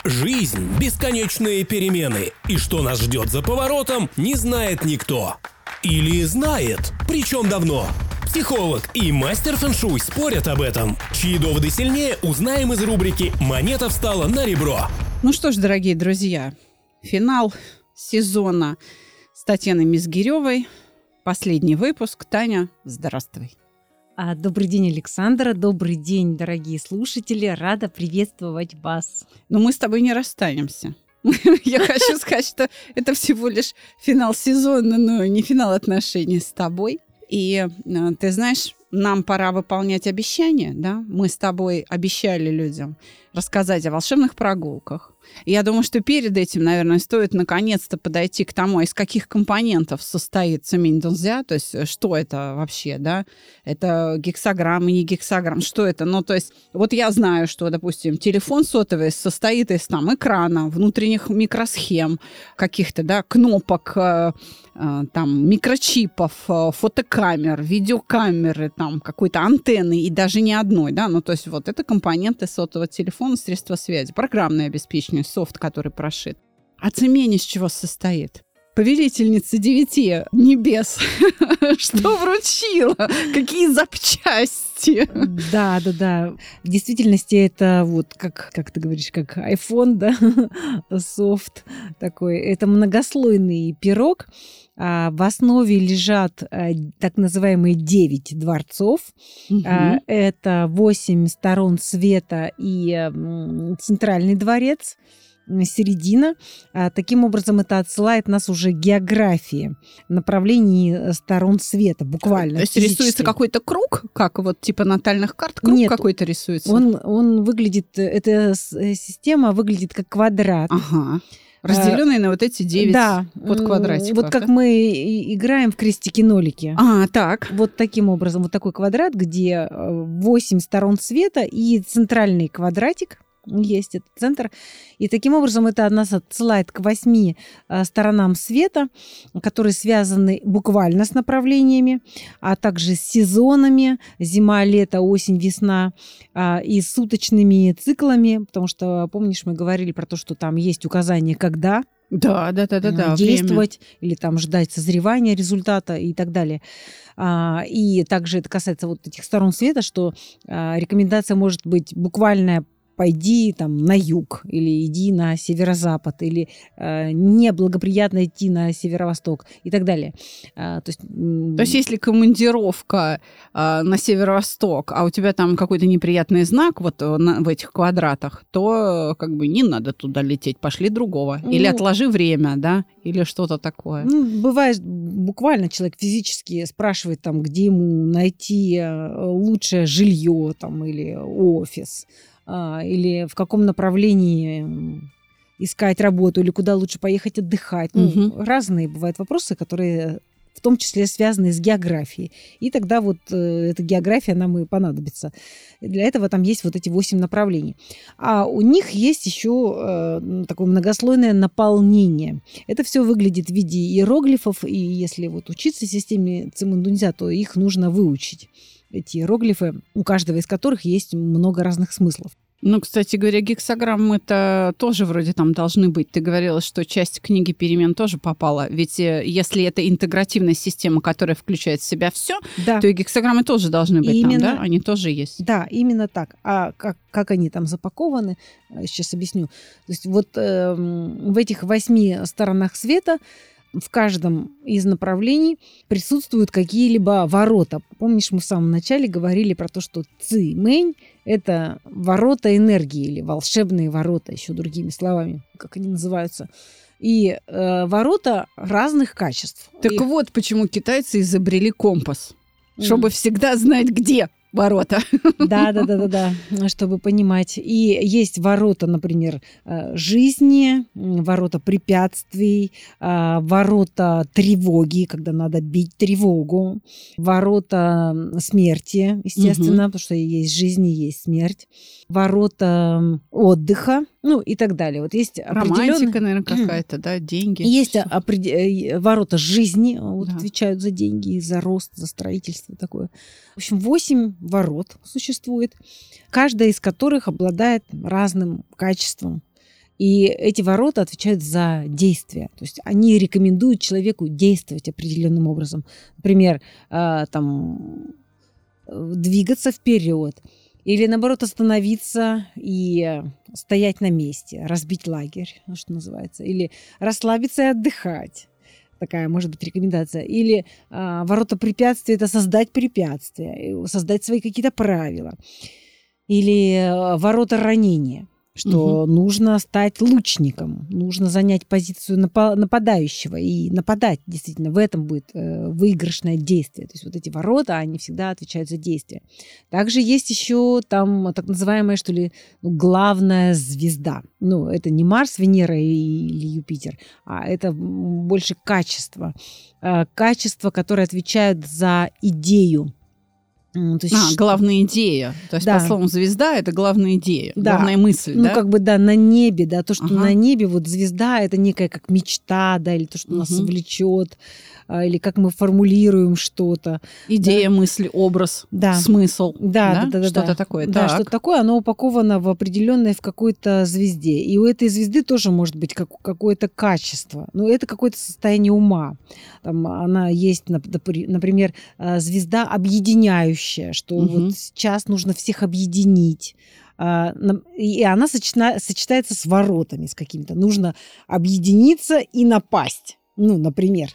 Жизнь – бесконечные перемены, и что нас ждет за поворотом, не знает никто. Или знает, причем давно. Психолог и мастер фэн-шуй спорят об этом. Чьи доводы сильнее, узнаем из рубрики «Монета встала на ребро». Ну что ж, дорогие друзья, финал сезона с Татьяной Мизгиревой. Последний выпуск. Таня, здравствуй. Добрый день, Александра. Добрый день, дорогие слушатели. Рада приветствовать вас. Но мы с тобой не расстанемся. Я хочу сказать, что это всего лишь финал сезона, но не финал отношений с тобой. И ты знаешь, нам пора выполнять обещания, да? Мы с тобой обещали людям рассказать о волшебных прогулках. И я думаю, что перед этим, наверное, стоит наконец-то подойти к тому, из каких компонентов состоит цемень дунзя, то есть что это вообще, да? Это гексаграмм и не гексаграмм, что это? Ну, то есть вот я знаю, что, допустим, телефон сотовый состоит из там экрана, внутренних микросхем, каких-то, да, кнопок, там, микрочипов, фотокамер, видеокамеры, там, какой-то антенны и даже не одной, да, ну, то есть вот это компоненты сотового телефона, средства связи, программное обеспечение, софт, который прошит. А цемень из чего состоит? Повелительница 9 небес, что вручила? Какие запчасти? Да. В действительности это вот, как ты говоришь, как iPhone, да, софт такой. Это многослойный пирог. В основе лежат так называемые 9 дворцов. Это 8 сторон света и центральный дворец. Середина. Таким образом, это отсылает нас уже к географии, направлении сторон света, буквально. То есть рисуется какой-то круг, как вот типа натальных карт, круг Нет, какой-то рисуется? Он выглядит, эта система выглядит как квадрат. Ага. Разделенные на вот эти 9 подквадратиков. Вот как мы играем в крестики-нолики. Так. Вот таким образом. Вот такой квадрат, где 8 сторон света и центральный квадратик. Есть этот центр. И таким образом это нас отсылает к 8 сторонам света, которые связаны буквально с направлениями, а также с сезонами: зима, лето, осень, весна, и суточными циклами, потому что, помнишь, мы говорили про то, что там есть указание, когда действовать, время. Или там ждать созревания результата и так далее. И также это касается вот этих сторон света, что рекомендация может быть буквальная: пойди там на юг, или иди на северо-запад, или неблагоприятно идти на северо-восток и так далее. То есть если командировка на северо-восток, а у тебя там какой-то неприятный знак вот в этих квадратах, то как бы не надо туда лететь, пошли другого. Или отложи время, да, или что-то такое. Бывает, буквально человек физически спрашивает, там, где ему найти лучшее жилье там, или офис, или в каком направлении искать работу, или куда лучше поехать отдыхать. Разные бывают вопросы, которые в том числе связаны с географией. И тогда вот эта география нам и понадобится. Для этого там есть вот эти 8 направлений. А у них есть еще такое многослойное наполнение. Это все выглядит в виде иероглифов, и если вот учиться системе цемень дунзя, то их нужно выучить. Эти иероглифы, у каждого из которых есть много разных смыслов. Ну, кстати говоря, гексаграммы-то тоже вроде там должны быть. Ты говорила, что часть книги перемен тоже попала. Ведь если это интегративная система, которая включает в себя все, то и гексаграммы тоже должны быть там, да? Они тоже есть. Да, именно так. А как они там запакованы, сейчас объясню. То есть вот в этих 8 сторонах света в каждом из направлений присутствуют какие-либо ворота. Помнишь, мы в самом начале говорили про то, что цимэнь – это ворота энергии или волшебные ворота, еще другими словами, как они называются. И ворота разных качеств. Так вот, почему китайцы изобрели компас. Чтобы всегда знать, где ворота. Да, чтобы понимать. И есть ворота, например, жизни, ворота препятствий, ворота тревоги, когда надо бить тревогу, ворота смерти, естественно, потому что есть жизнь и есть смерть, ворота отдыха, ну и так далее. Вот есть романтика, наверное, какая-то, да, деньги. Есть ворота жизни, вот отвечают за деньги, и за рост, за строительство такое. В общем, 8 ворот существует, каждая из которых обладает разным качеством. И эти ворота отвечают за действия. То есть они рекомендуют человеку действовать определенным образом. Например, двигаться вперед. Или, наоборот, остановиться и стоять на месте, разбить лагерь, что называется. Или расслабиться и отдыхать. Такая, может быть, рекомендация. Или ворота препятствия – это создать препятствия, создать свои какие-то правила. Или ворота ранения, что нужно стать лучником, нужно занять позицию нападающего и нападать. Действительно, в этом будет выигрышное действие. То есть вот эти ворота, они всегда отвечают за действие. Также есть еще там так называемая, что ли, главная звезда. Это не Марс, Венера или Юпитер, а это больше качество. Качество, которое отвечает за идею. Главная идея. То есть, по словам звезда, это главная идея, главная мысль, да? На небе, да, то, что на небе, вот звезда, это некая как мечта, да, или то, что нас влечет, или как мы формулируем что-то. Идея, мысль, образ, смысл. Да. Что-то такое. Да, что-то такое, оно упаковано в определенной, в какой-то звезде. И у этой звезды тоже может быть какое-то качество. Но это какое-то состояние ума. Там она есть, например, звезда объединяющая, что вот сейчас нужно всех объединить. И она сочетается с воротами, с какими-то. Нужно объединиться и напасть. Например.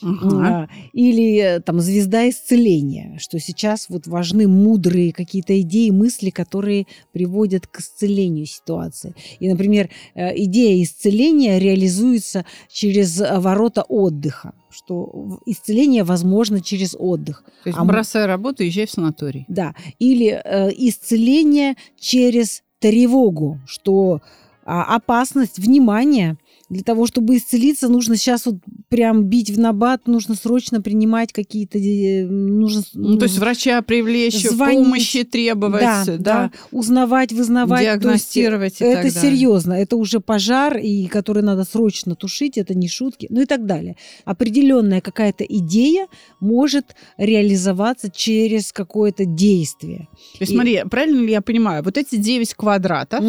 Или там звезда исцеления, что сейчас вот важны мудрые какие-то идеи, мысли, которые приводят к исцелению ситуации. И, например, идея исцеления реализуется через ворота отдыха, что исцеление возможно через отдых. То есть бросай работу, езжай в санаторий. Да. Или исцеление через тревогу, что опасность, внимание. Для того, чтобы исцелиться, нужно сейчас вот прям бить в набат, нужно срочно принимать какие-то... то есть врача привлечь, звонить, помощи требовать. Да, узнавать, вызнавать. Диагностировать и так далее. Это серьезно, это уже пожар, который надо срочно тушить, это не шутки, и так далее. Определенная какая-то идея может реализоваться через какое-то действие. То есть, смотри, правильно ли я понимаю, вот эти 9 квадратов,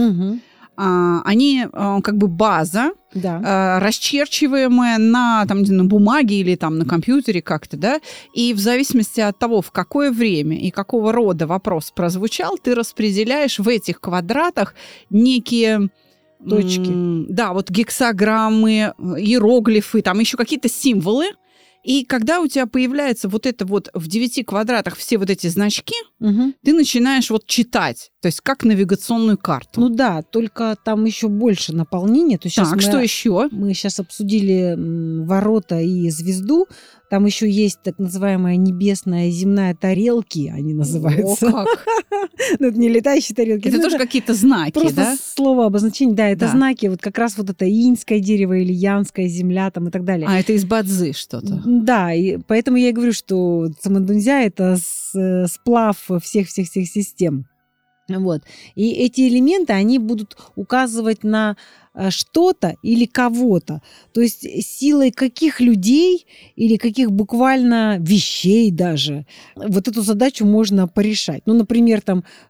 они как бы база, расчерчиваемая на бумаге или на компьютере как-то, да, и в зависимости от того, в какое время и какого рода вопрос прозвучал, ты распределяешь в этих квадратах некие точки. Вот гексаграммы, иероглифы, там еще какие-то символы. И когда у тебя появляется вот это вот в 9 квадратах все вот эти значки, ты начинаешь вот читать, то есть как навигационную карту. Только там еще больше наполнения. То есть что еще? Мы сейчас обсудили ворота и звезду. Там еще есть так называемая небесная и земная тарелки, они называются. О, как! Это не летающие тарелки. Это тоже какие-то знаки, да? Просто слово обозначение, это знаки. Вот как раз вот это иньское дерево или янская земля там и так далее. Это из бадзи что-то. Да, и поэтому я и говорю, что цимэдунцзя – это сплав всех систем. Вот. И эти элементы, они будут указывать на что-то или кого-то. То есть силой каких людей или каких буквально вещей даже вот эту задачу можно порешать. Например,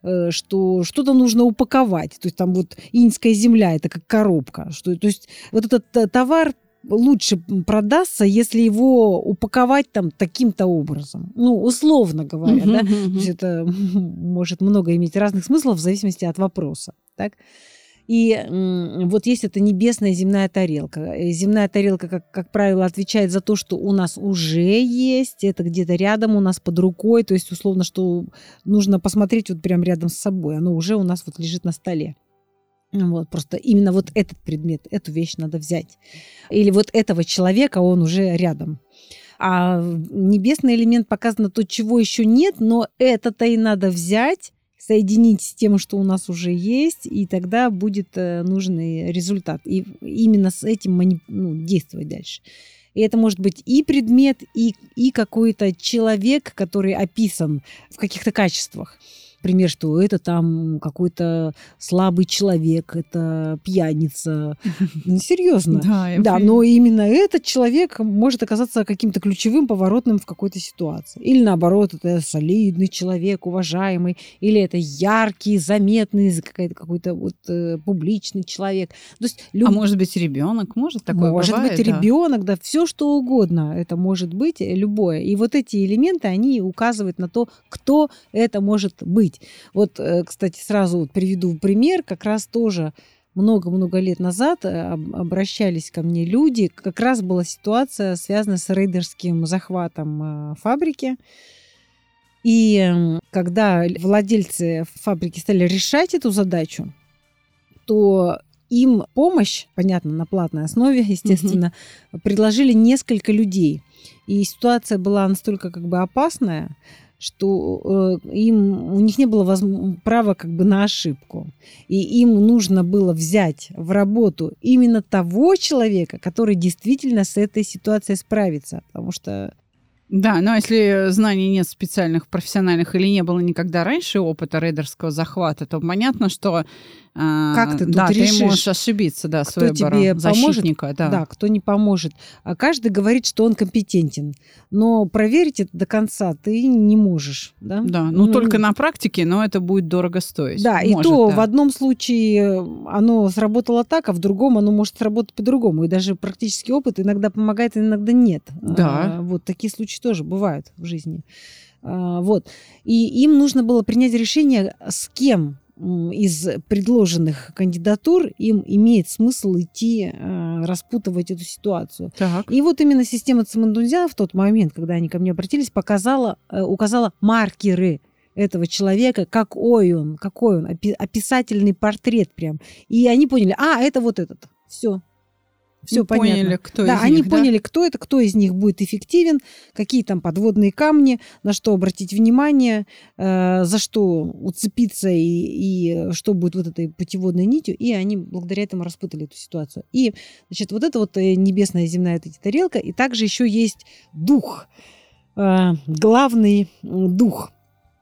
что что-то нужно упаковать. То есть там вот иньская земля – это как коробка. То есть вот этот товар лучше продастся, если его упаковать таким-то образом. Условно говоря, да. То есть это может много иметь разных смыслов в зависимости от вопроса. Так? И вот есть эта небесная земная тарелка. Земная тарелка, как правило, отвечает за то, что у нас уже есть, это где-то рядом у нас под рукой, то есть условно, что нужно посмотреть вот прямо рядом с собой, оно уже у нас вот лежит на столе. Просто именно вот этот предмет, эту вещь надо взять. Или вот этого человека, он уже рядом. А небесный элемент показано то, чего еще нет, но это-то и надо взять, соединить с тем, что у нас уже есть, и тогда будет нужный результат. И именно с этим действовать дальше. И это может быть и предмет, и какой-то человек, который описан в каких-то качествах. пример, что это там какой-то слабый человек, это пьяница. Серьезно. Да, но именно этот человек может оказаться каким-то ключевым, поворотным в какой-то ситуации. Или наоборот, это солидный человек, уважаемый, или это яркий, заметный, какой-то вот публичный человек. То есть А может быть, ребенок? Может такое может бывает, быть, ребенок, да, все что угодно. Это может быть любое. И вот эти элементы, они указывают на то, кто это может быть. Вот, кстати, сразу приведу пример. Как раз тоже много-много лет назад обращались ко мне люди. Как раз была ситуация, связанная с рейдерским захватом фабрики. И когда владельцы фабрики стали решать эту задачу, то им помощь, понятно, на платной основе, естественно, предложили несколько людей. И ситуация была настолько опасная, что у них не было права на ошибку. И им нужно было взять в работу именно того человека, который действительно с этой ситуацией справится. Потому что Да, но если знаний нет специальных, профессиональных или не было никогда раньше опыта рейдерского захвата, то понятно, что как ты тут решишь, ты можешь ошибиться, да, с выбором защитника. Да, кто не поможет. А каждый говорит, что он компетентен. Но проверить это до конца ты не можешь. Да, только на практике, но это будет дорого стоить. Да, и то в одном случае оно сработало так, а в другом оно может сработать по-другому. И даже практический опыт иногда помогает, иногда нет. Да. Вот такие случаи тоже бывают в жизни. Вот. И им нужно было принять решение, с кем из предложенных кандидатур им имеет смысл идти распутывать эту ситуацию. Так. И вот именно система Цимэндунзян в тот момент, когда они ко мне обратились, указала маркеры этого человека, какой он, описательный портрет прям. И они поняли, это вот этот. Все понятно. Поняли, кто из них, они поняли, кто это, кто из них будет эффективен, какие там подводные камни, на что обратить внимание, за что уцепиться и что будет вот этой путеводной нитью. И они благодаря этому распутали эту ситуацию. И, значит, вот это вот небесная, земная вот эти тарелка. И также еще есть дух, главный дух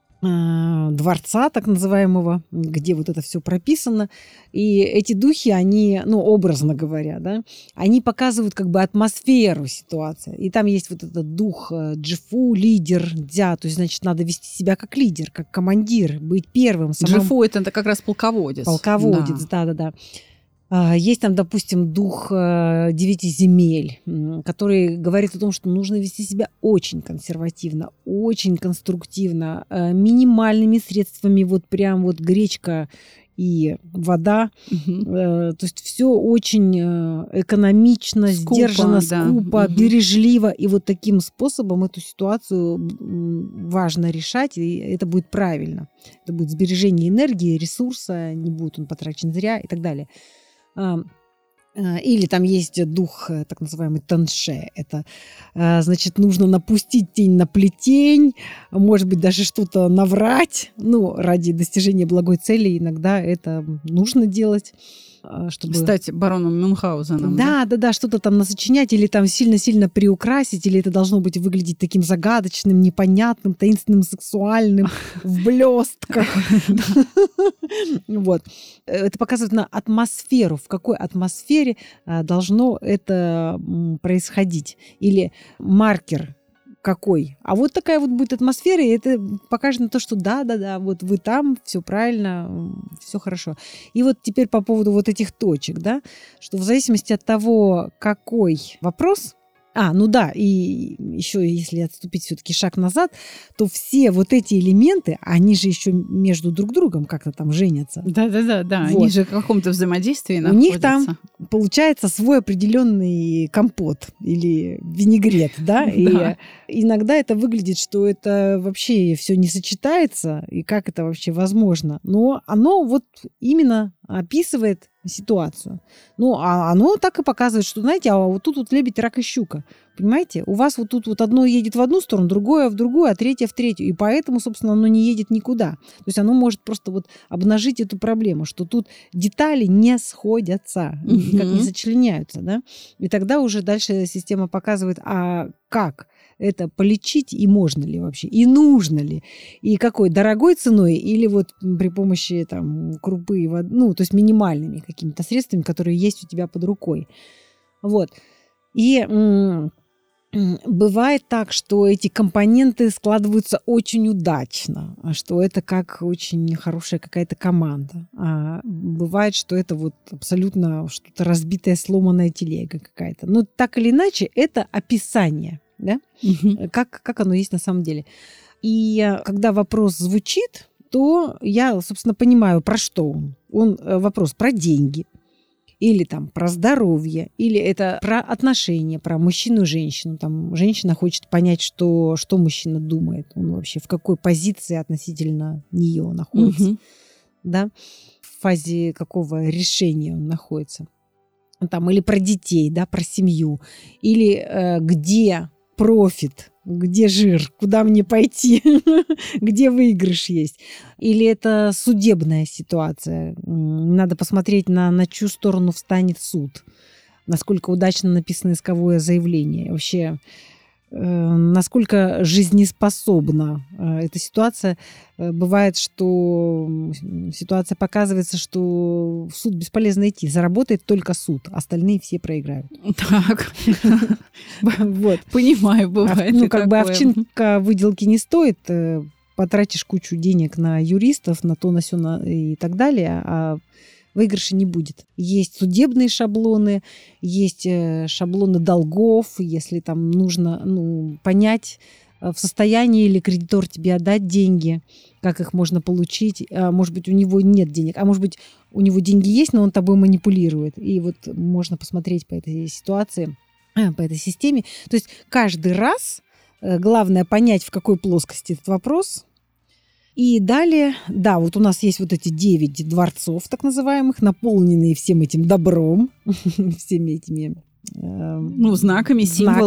дворца, так называемого, где вот это все прописано. И эти духи, они, образно говоря, да, они показывают атмосферу ситуации. И там есть вот этот дух Джифу, лидер, дзя, то есть, значит, надо вести себя как лидер, как командир, быть первым. Джифу — это как раз полководец. Полководец, да. Есть там, допустим, дух 9 земель, который говорит о том, что нужно вести себя очень консервативно, очень конструктивно, минимальными средствами, вот прям вот гречка и вода. То есть все очень экономично, сдержанно, скупо, бережливо. И вот таким способом эту ситуацию важно решать, и это будет правильно. Это будет сбережение энергии, ресурса, не будет он потрачен зря и так далее. Или там есть дух, так называемый танше. Это, значит, нужно напустить тень на плетень, может быть, даже что-то наврать. Ради достижения благой цели иногда это нужно делать. Чтобы... Кстати, бароном Мюнхгаузеном. Да, что-то там насочинять или там сильно-сильно приукрасить, или это должно быть выглядеть таким загадочным, непонятным, таинственным, сексуальным, в блестках. Вот. Это показывает на атмосферу, в какой атмосфере должно это происходить. Или маркер какой. А вот такая вот будет атмосфера, и это покажет на то, что да, вот вы там, все правильно, все хорошо. И вот теперь по поводу вот этих точек, да, что в зависимости от того, какой вопрос, и еще если отступить все-таки шаг назад, то все вот эти элементы, они же еще между друг другом как-то там женятся. Да. Вот. Они же в каком-то взаимодействии находятся. У них там получается свой определенный компот или винегрет, да? И иногда это выглядит, что это вообще все не сочетается, и как это вообще возможно. Но оно вот именно описывает ситуацию. А оно так и показывает, что, знаете, вот тут вот лебедь, рак и щука. Понимаете? У вас вот тут вот одно едет в одну сторону, другое в другую, а третье в третью. И поэтому, собственно, оно не едет никуда. То есть оно может просто вот обнажить эту проблему, что тут детали не сходятся, никак не сочленяются. Да? И тогда уже дальше система показывает, как это полечить, и можно ли вообще, и нужно ли, и какой, дорогой ценой, или вот при помощи там крупы, ну, то есть минимальными какими-то средствами, которые есть у тебя под рукой. Вот. И бывает так, что эти компоненты складываются очень удачно, что это как очень хорошая какая-то команда. А бывает, что это вот абсолютно что-то разбитая, сломанная телега какая-то. Но так или иначе, это описание, да? Как оно есть на самом деле. И когда вопрос звучит, то я, собственно, понимаю, про что он. Он вопрос про деньги, или там про здоровье, или это про отношения, про мужчину и женщину. Там женщина хочет понять, что мужчина думает, он вообще в какой позиции относительно нее находится, да, в фазе какого решения он находится. Там, или про детей, да, про семью, или где профит, где жир, куда мне пойти, где выигрыш есть. Или это судебная ситуация. Надо посмотреть, на чью сторону встанет суд. Насколько удачно написано исковое заявление. Вообще, насколько жизнеспособна эта ситуация. Бывает, что ситуация показывается, что в суд бесполезно идти. Заработает только суд, остальные все проиграют. Так. Вот. Понимаю, бывает. Ну, как бы овчинка выделки не стоит. Потратишь кучу денег на юристов, на то, на сё, и так далее, а выигрыша не будет. Есть судебные шаблоны, есть шаблоны долгов, если там нужно понять, в состоянии ли кредитор тебе отдать деньги, как их можно получить. Может быть, у него нет денег, а может быть, у него деньги есть, но он тобой манипулирует. И вот можно посмотреть по этой ситуации, по этой системе. То есть каждый раз главное понять, в какой плоскости этот вопрос. И далее, да, вот у нас есть вот эти 9 дворцов, так называемых, наполненные всем этим добром, всеми этими знаками,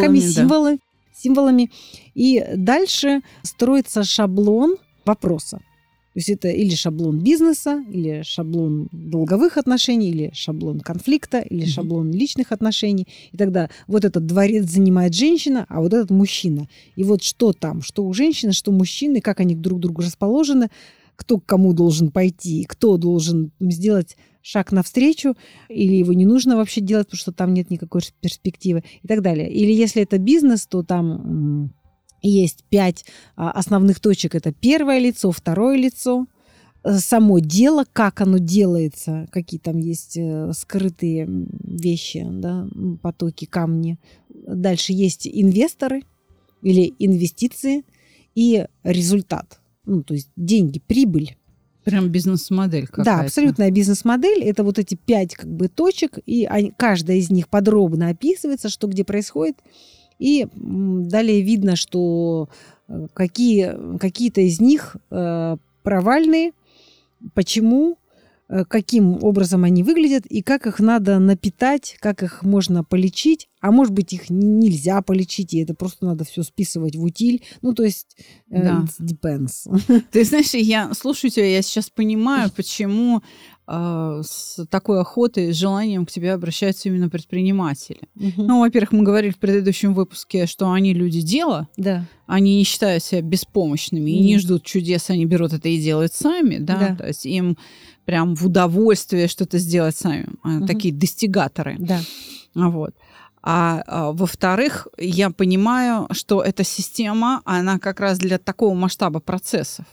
символами. И дальше строится шаблон вопроса. То есть это или шаблон бизнеса, или шаблон долговых отношений, или шаблон конфликта, или шаблон личных отношений. И тогда вот этот дворец занимает женщина, а вот этот мужчина. И вот что там, что у женщины, что у мужчины, как они друг к другу расположены, кто к кому должен пойти, кто должен сделать шаг навстречу, или его не нужно вообще делать, потому что там нет никакой перспективы и так далее. Или если это бизнес, то там есть 5 основных точек. Это первое лицо, второе лицо, само дело, как оно делается, какие там есть скрытые вещи, да, потоки, камни. Дальше есть инвесторы или инвестиции и результат. То есть деньги, прибыль. Прям бизнес-модель какая-то. Да, абсолютная бизнес-модель. Это вот эти 5 точек, и каждая из них подробно описывается, что где происходит. И далее видно, что какие-то из них провальные, почему, каким образом они выглядят и как их надо напитать, как их можно полечить. А может быть, их нельзя полечить, и это просто надо все списывать в утиль. То есть it depends. Ты знаешь, я слушаю тебя, я сейчас понимаю, почему с такой охотой, с желанием к тебе обращаются именно предприниматели. Во-первых, мы говорили в предыдущем выпуске, что они люди дела, да. Они не считают себя беспомощными и не ждут чудес, они берут это и делают сами, да? То есть им прям в удовольствие что-то сделать сами. Такие достигаторы. Да. Вот. А во-вторых, я понимаю, что эта система, она как раз для такого масштаба процессов.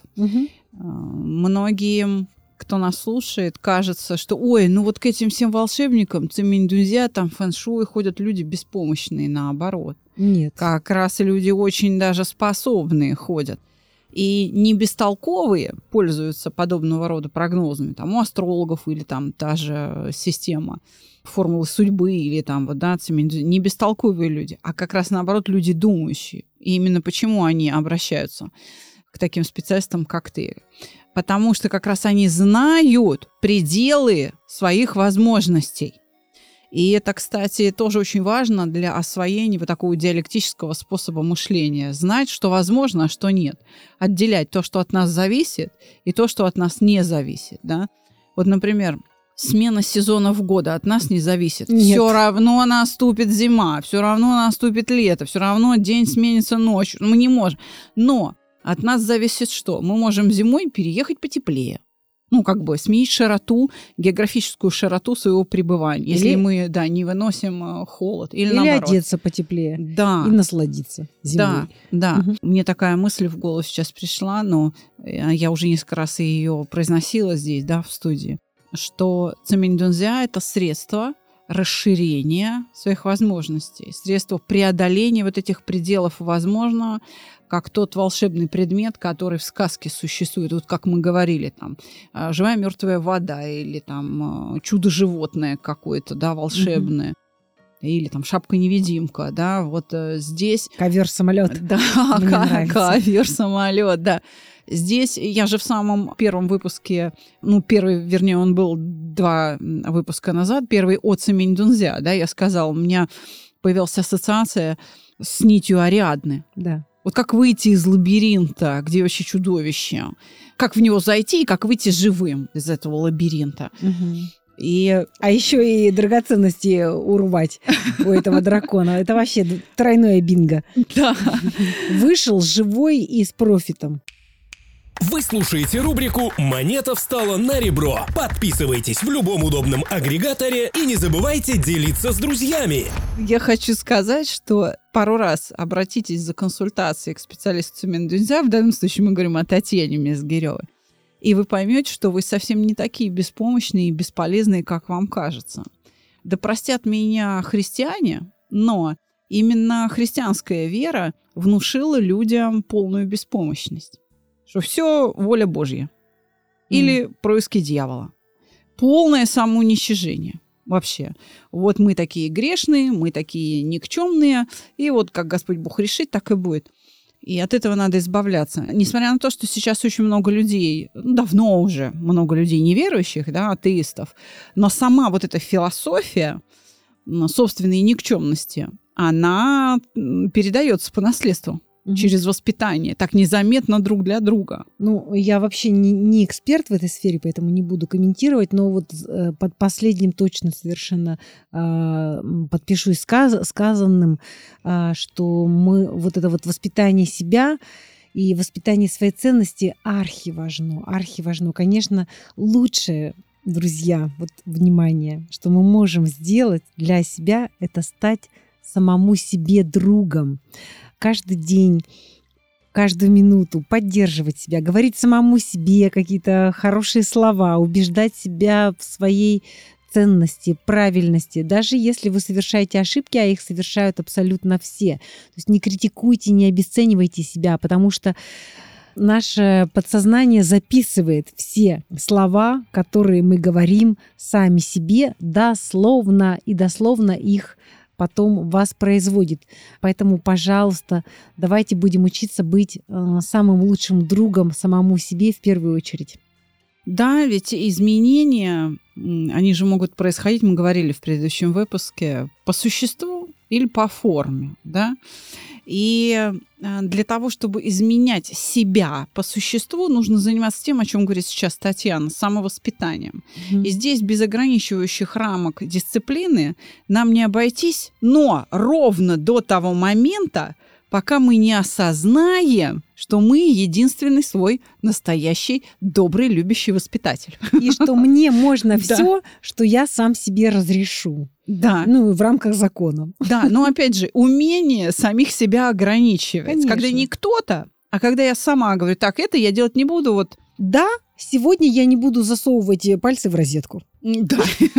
Многим, кто нас слушает, кажется, что вот к этим всем волшебникам, циминь-дунзя, там фэн-шуй ходят люди беспомощные, наоборот. Нет. Как раз люди очень даже способные ходят. И не бестолковые пользуются подобного рода прогнозами. Там у астрологов или там та же система формулы судьбы или там не бестолковые люди, а как раз наоборот люди думающие. И именно почему они обращаются к таким специалистам, как ты. Потому что как раз они знают пределы своих возможностей. И это, кстати, тоже очень важно для освоения вот такого диалектического способа мышления. Знать, что возможно, а что нет. Отделять то, что от нас зависит, и то, что от нас не зависит. Да? Вот, например, смена сезонов года от нас не зависит. Нет. Все равно наступит зима, все равно наступит лето, все равно день сменится ночью. Мы не можем. Но от нас зависит что? Мы можем зимой переехать потеплее. Сменить широту, географическую широту своего пребывания. Если мы, не выносим холод. Или наоборот. одеться потеплее. Да. И насладиться зимой. Да. Угу. Мне такая мысль в голову сейчас пришла, но я уже несколько раз ее произносила здесь, в студии, что цемень-дунзя – это средство расширения своих возможностей, средство преодоления вот этих пределов возможного, как тот волшебный предмет, который в сказке существует. Вот как мы говорили, живая мертвая вода или чудо-животное какое-то, волшебное. Или шапка-невидимка, здесь... Ковер-самолет. Да, ковер-самолет, да. Здесь я же в самом первом выпуске, первый, вернее, он был 2 выпуска назад, первый о цемень-дунзя, я сказала, у меня появилась ассоциация с нитью Ариадны. Да. Вот как выйти из лабиринта, где вообще чудовище, как в него зайти и как выйти живым из этого лабиринта. А еще и драгоценности урвать у этого дракона. Это вообще тройное бинго. Да. Вышел живой и с профитом. Вы слушаете рубрику «Монета встала на ребро». Подписывайтесь в любом удобном агрегаторе и не забывайте делиться с друзьями. Я хочу сказать, что пару раз обратитесь за консультацией к специалисту цемень-дунзя. В данном случае мы говорим о Татьяне Мезгирёвой. И вы поймете, что вы совсем не такие беспомощные и бесполезные, как вам кажется. Да простят меня христиане, но именно христианская вера внушила людям полную беспомощность. Что все воля Божья. Или происки дьявола. Полное самоуничижение. Вообще. Вот мы такие грешные, мы такие никчемные, и вот как Господь Бог решит, так и будет. И от этого надо избавляться. Несмотря на то, что сейчас очень много людей, давно уже много людей неверующих, атеистов, но сама вот эта философия собственной никчемности, она передается по наследству. Через воспитание, так незаметно друг для друга. Я вообще не эксперт в этой сфере, поэтому не буду комментировать, но вот под последним точно совершенно подпишусь сказанным, что мы вот это вот воспитание себя и воспитание своей ценности архиважно. Конечно, лучшее, друзья, вот внимание, что мы можем сделать для себя, это стать самому себе другом. Каждый день, каждую минуту поддерживать себя, говорить самому себе какие-то хорошие слова, убеждать себя в своей ценности, правильности. Даже если вы совершаете ошибки, а их совершают абсолютно все. То есть не критикуйте, не обесценивайте себя, потому что наше подсознание записывает все слова, которые мы говорим сами себе, дословно, и дословно их потом воспроизводит. Поэтому, пожалуйста, давайте будем учиться быть самым лучшим другом самому себе в первую очередь. Да, ведь изменения, они же могут происходить, мы говорили в предыдущем выпуске, по существу или по форме, И для того, чтобы изменять себя по существу, нужно заниматься тем, о чем говорит сейчас Татьяна, самовоспитанием. И здесь без ограничивающих рамок дисциплины нам не обойтись, но ровно до того момента, пока мы не осознаем, что мы единственный свой настоящий, добрый, любящий воспитатель. И что мне можно все, что я сам себе разрешу. Да. В рамках закона. Да, но опять же, умение самих себя ограничивать. Конечно. Когда не кто-то, а когда я сама говорю, так, это я делать не буду, Да, сегодня я не буду засовывать пальцы в розетку. Да.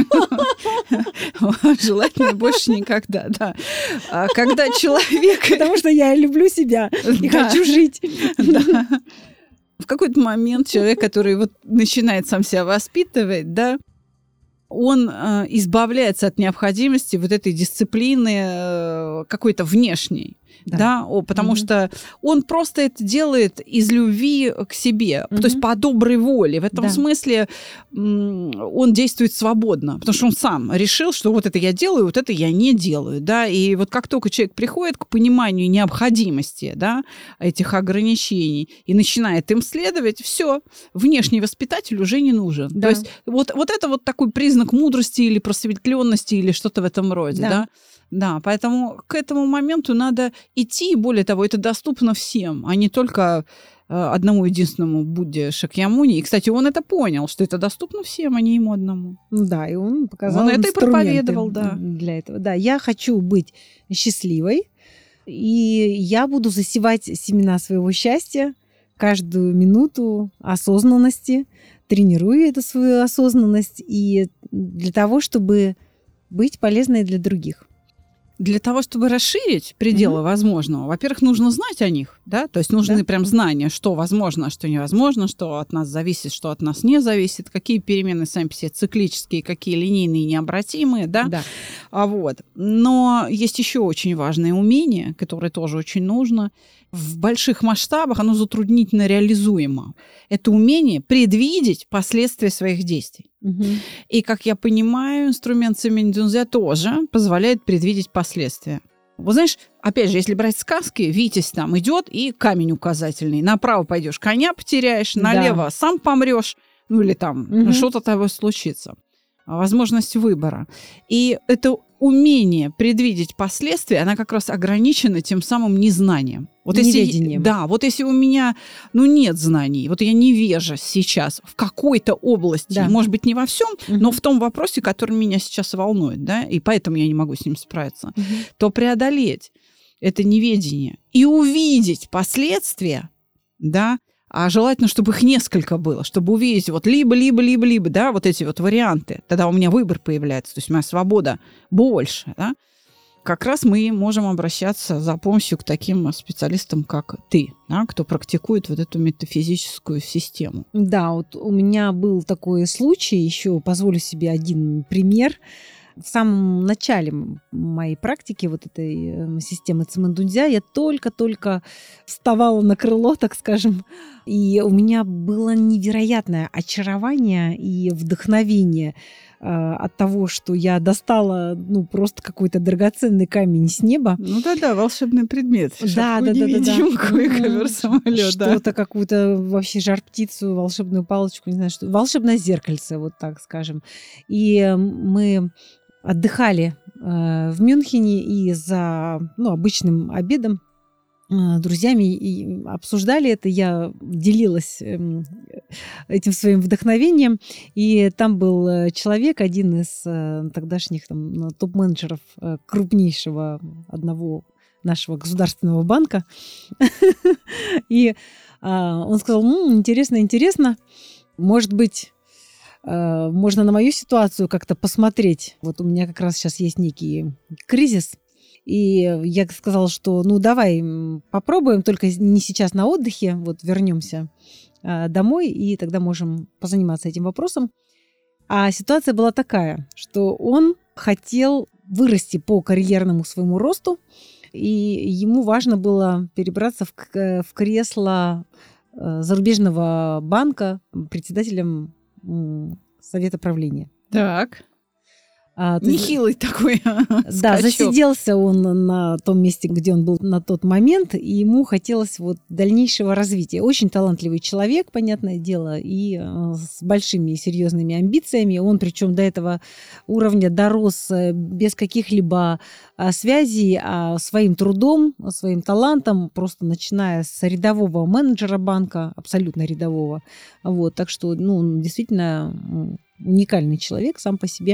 Желательно больше никогда, да. А когда человек... Потому что я люблю себя и хочу жить. Да. В какой-то момент человек, который начинает сам себя воспитывать, он избавляется от необходимости этой дисциплины какой-то внешней. Да, потому что он просто это делает из любви к себе, то есть по доброй воле. В этом смысле он действует свободно, потому что он сам решил, что вот это я делаю, вот это я не делаю. Да? И вот как только человек приходит к пониманию необходимости, да, этих ограничений и начинает им следовать, все, внешний воспитатель уже не нужен. Да. То есть вот это вот такой признак мудрости или просветленности или что-то в этом роде. Да. Да, поэтому к этому моменту надо идти, и более того, это доступно всем, а не только одному единственному Будде Шакьямуни. И, кстати, он это понял, что это доступно всем, а не ему одному. Да, и он показал это и проповедовал, для этого. Да, я хочу быть счастливой, и я буду засевать семена своего счастья каждую минуту осознанности, тренирую эту свою осознанность, и для того, чтобы быть полезной для других. Для того, чтобы расширить пределы возможного, во-первых, нужно знать о них, да, то есть нужны прям знания, что возможно, а что невозможно, что от нас зависит, что от нас не зависит, какие перемены сами по себе циклические, какие линейные, необратимые, да. Но есть еще очень важное умение, которое тоже очень нужно. В больших масштабах оно затруднительно реализуемо. Это умение предвидеть последствия своих действий. И, как я понимаю, инструмент Цимэнь-дзюнзя тоже позволяет предвидеть последствия. Вот знаешь, опять же, если брать сказки, Витязь там идет и камень указательный. Направо пойдешь, коня потеряешь, налево сам помрешь, ну или там что-то тобой случится. Возможность выбора. И это умение предвидеть последствия, она как раз ограничена тем самым незнанием. Вот неведением. Вот если у меня нет знаний, вот я невежа сейчас в какой-то области, может быть, не во всем, но в том вопросе, который меня сейчас волнует, да, и поэтому я не могу с ним справиться, то преодолеть это неведение и увидеть последствия, да, а желательно, чтобы их несколько было, чтобы увидеть вот либо, да, вот эти вот варианты. Тогда у меня выбор появляется, то есть моя свобода больше, да. Как раз мы можем обращаться за помощью к таким специалистам, как ты, да, кто практикует вот эту метафизическую систему. Да, вот у меня был такой случай, еще позволю себе один пример. В самом начале моей практики вот этой системы Цимэнь-дзюнзя я только-только вставала на крыло, так скажем, и у меня было невероятное очарование и вдохновение от того, что я достала просто какой-то драгоценный камень с неба. Да, волшебный предмет. Да. Ковер-самолет. Что-то, какую-то вообще жар-птицу, волшебную палочку, не знаю, что. Волшебное зеркальце, вот так скажем. И мы отдыхали в Мюнхене и за обычным обедом друзьями и обсуждали это. Я делилась этим своим вдохновением. И там был человек, один из тогдашних топ-менеджеров крупнейшего одного нашего государственного банка. И он сказал: интересно, может быть, можно на мою ситуацию как-то посмотреть. Вот у меня как раз сейчас есть некий кризис. И я сказала, что давай попробуем, только не сейчас на отдыхе, вот вернемся домой, и тогда можем позаниматься этим вопросом. А ситуация была такая, что он хотел вырасти по карьерному своему росту, и ему важно было перебраться в кресло зарубежного банка председателем совета правления. Так. Нехилый такой Да, засиделся он на том месте, где он был на тот момент, и ему хотелось дальнейшего развития. Очень талантливый человек, понятное дело, и с большими и серьезными амбициями. Он, причем до этого уровня дорос без каких-либо связей, а своим трудом, своим талантом, просто начиная с рядового менеджера банка, абсолютно рядового. Так что, он действительно уникальный человек сам по себе.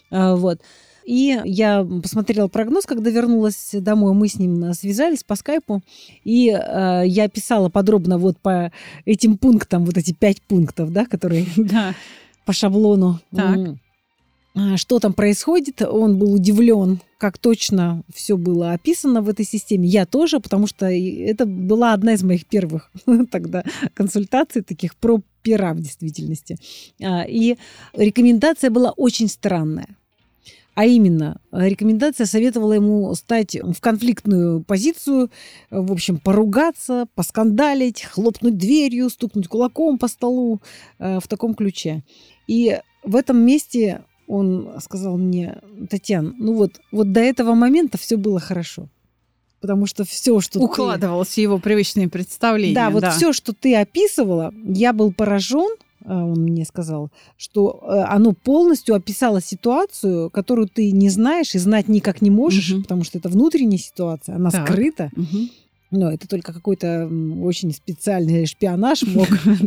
И я посмотрела прогноз, когда вернулась домой. Мы с ним связались по скайпу. И я писала подробно по этим пунктам, эти 5 пунктов, да, которые по шаблону. Так. Что там происходит. Он был удивлен, как точно все было описано в этой системе. Я тоже, потому что это была одна из моих первых тогда консультаций, таких про пера в действительности. И рекомендация была очень странная. А именно, рекомендация советовала ему стать в конфликтную позицию, в общем, поругаться, поскандалить, хлопнуть дверью, стукнуть кулаком по столу в таком ключе. И в этом месте он сказал мне: Татьяна, ну вот до этого момента все было хорошо. Потому что все, что укладывалось в его привычные представления. Да, вот все, что ты описывала, я был поражен, он мне сказал, что оно полностью описало ситуацию, которую ты не знаешь и знать никак не можешь, потому что это внутренняя ситуация, она скрыта. Но это только какой-то очень специальный шпионаж мог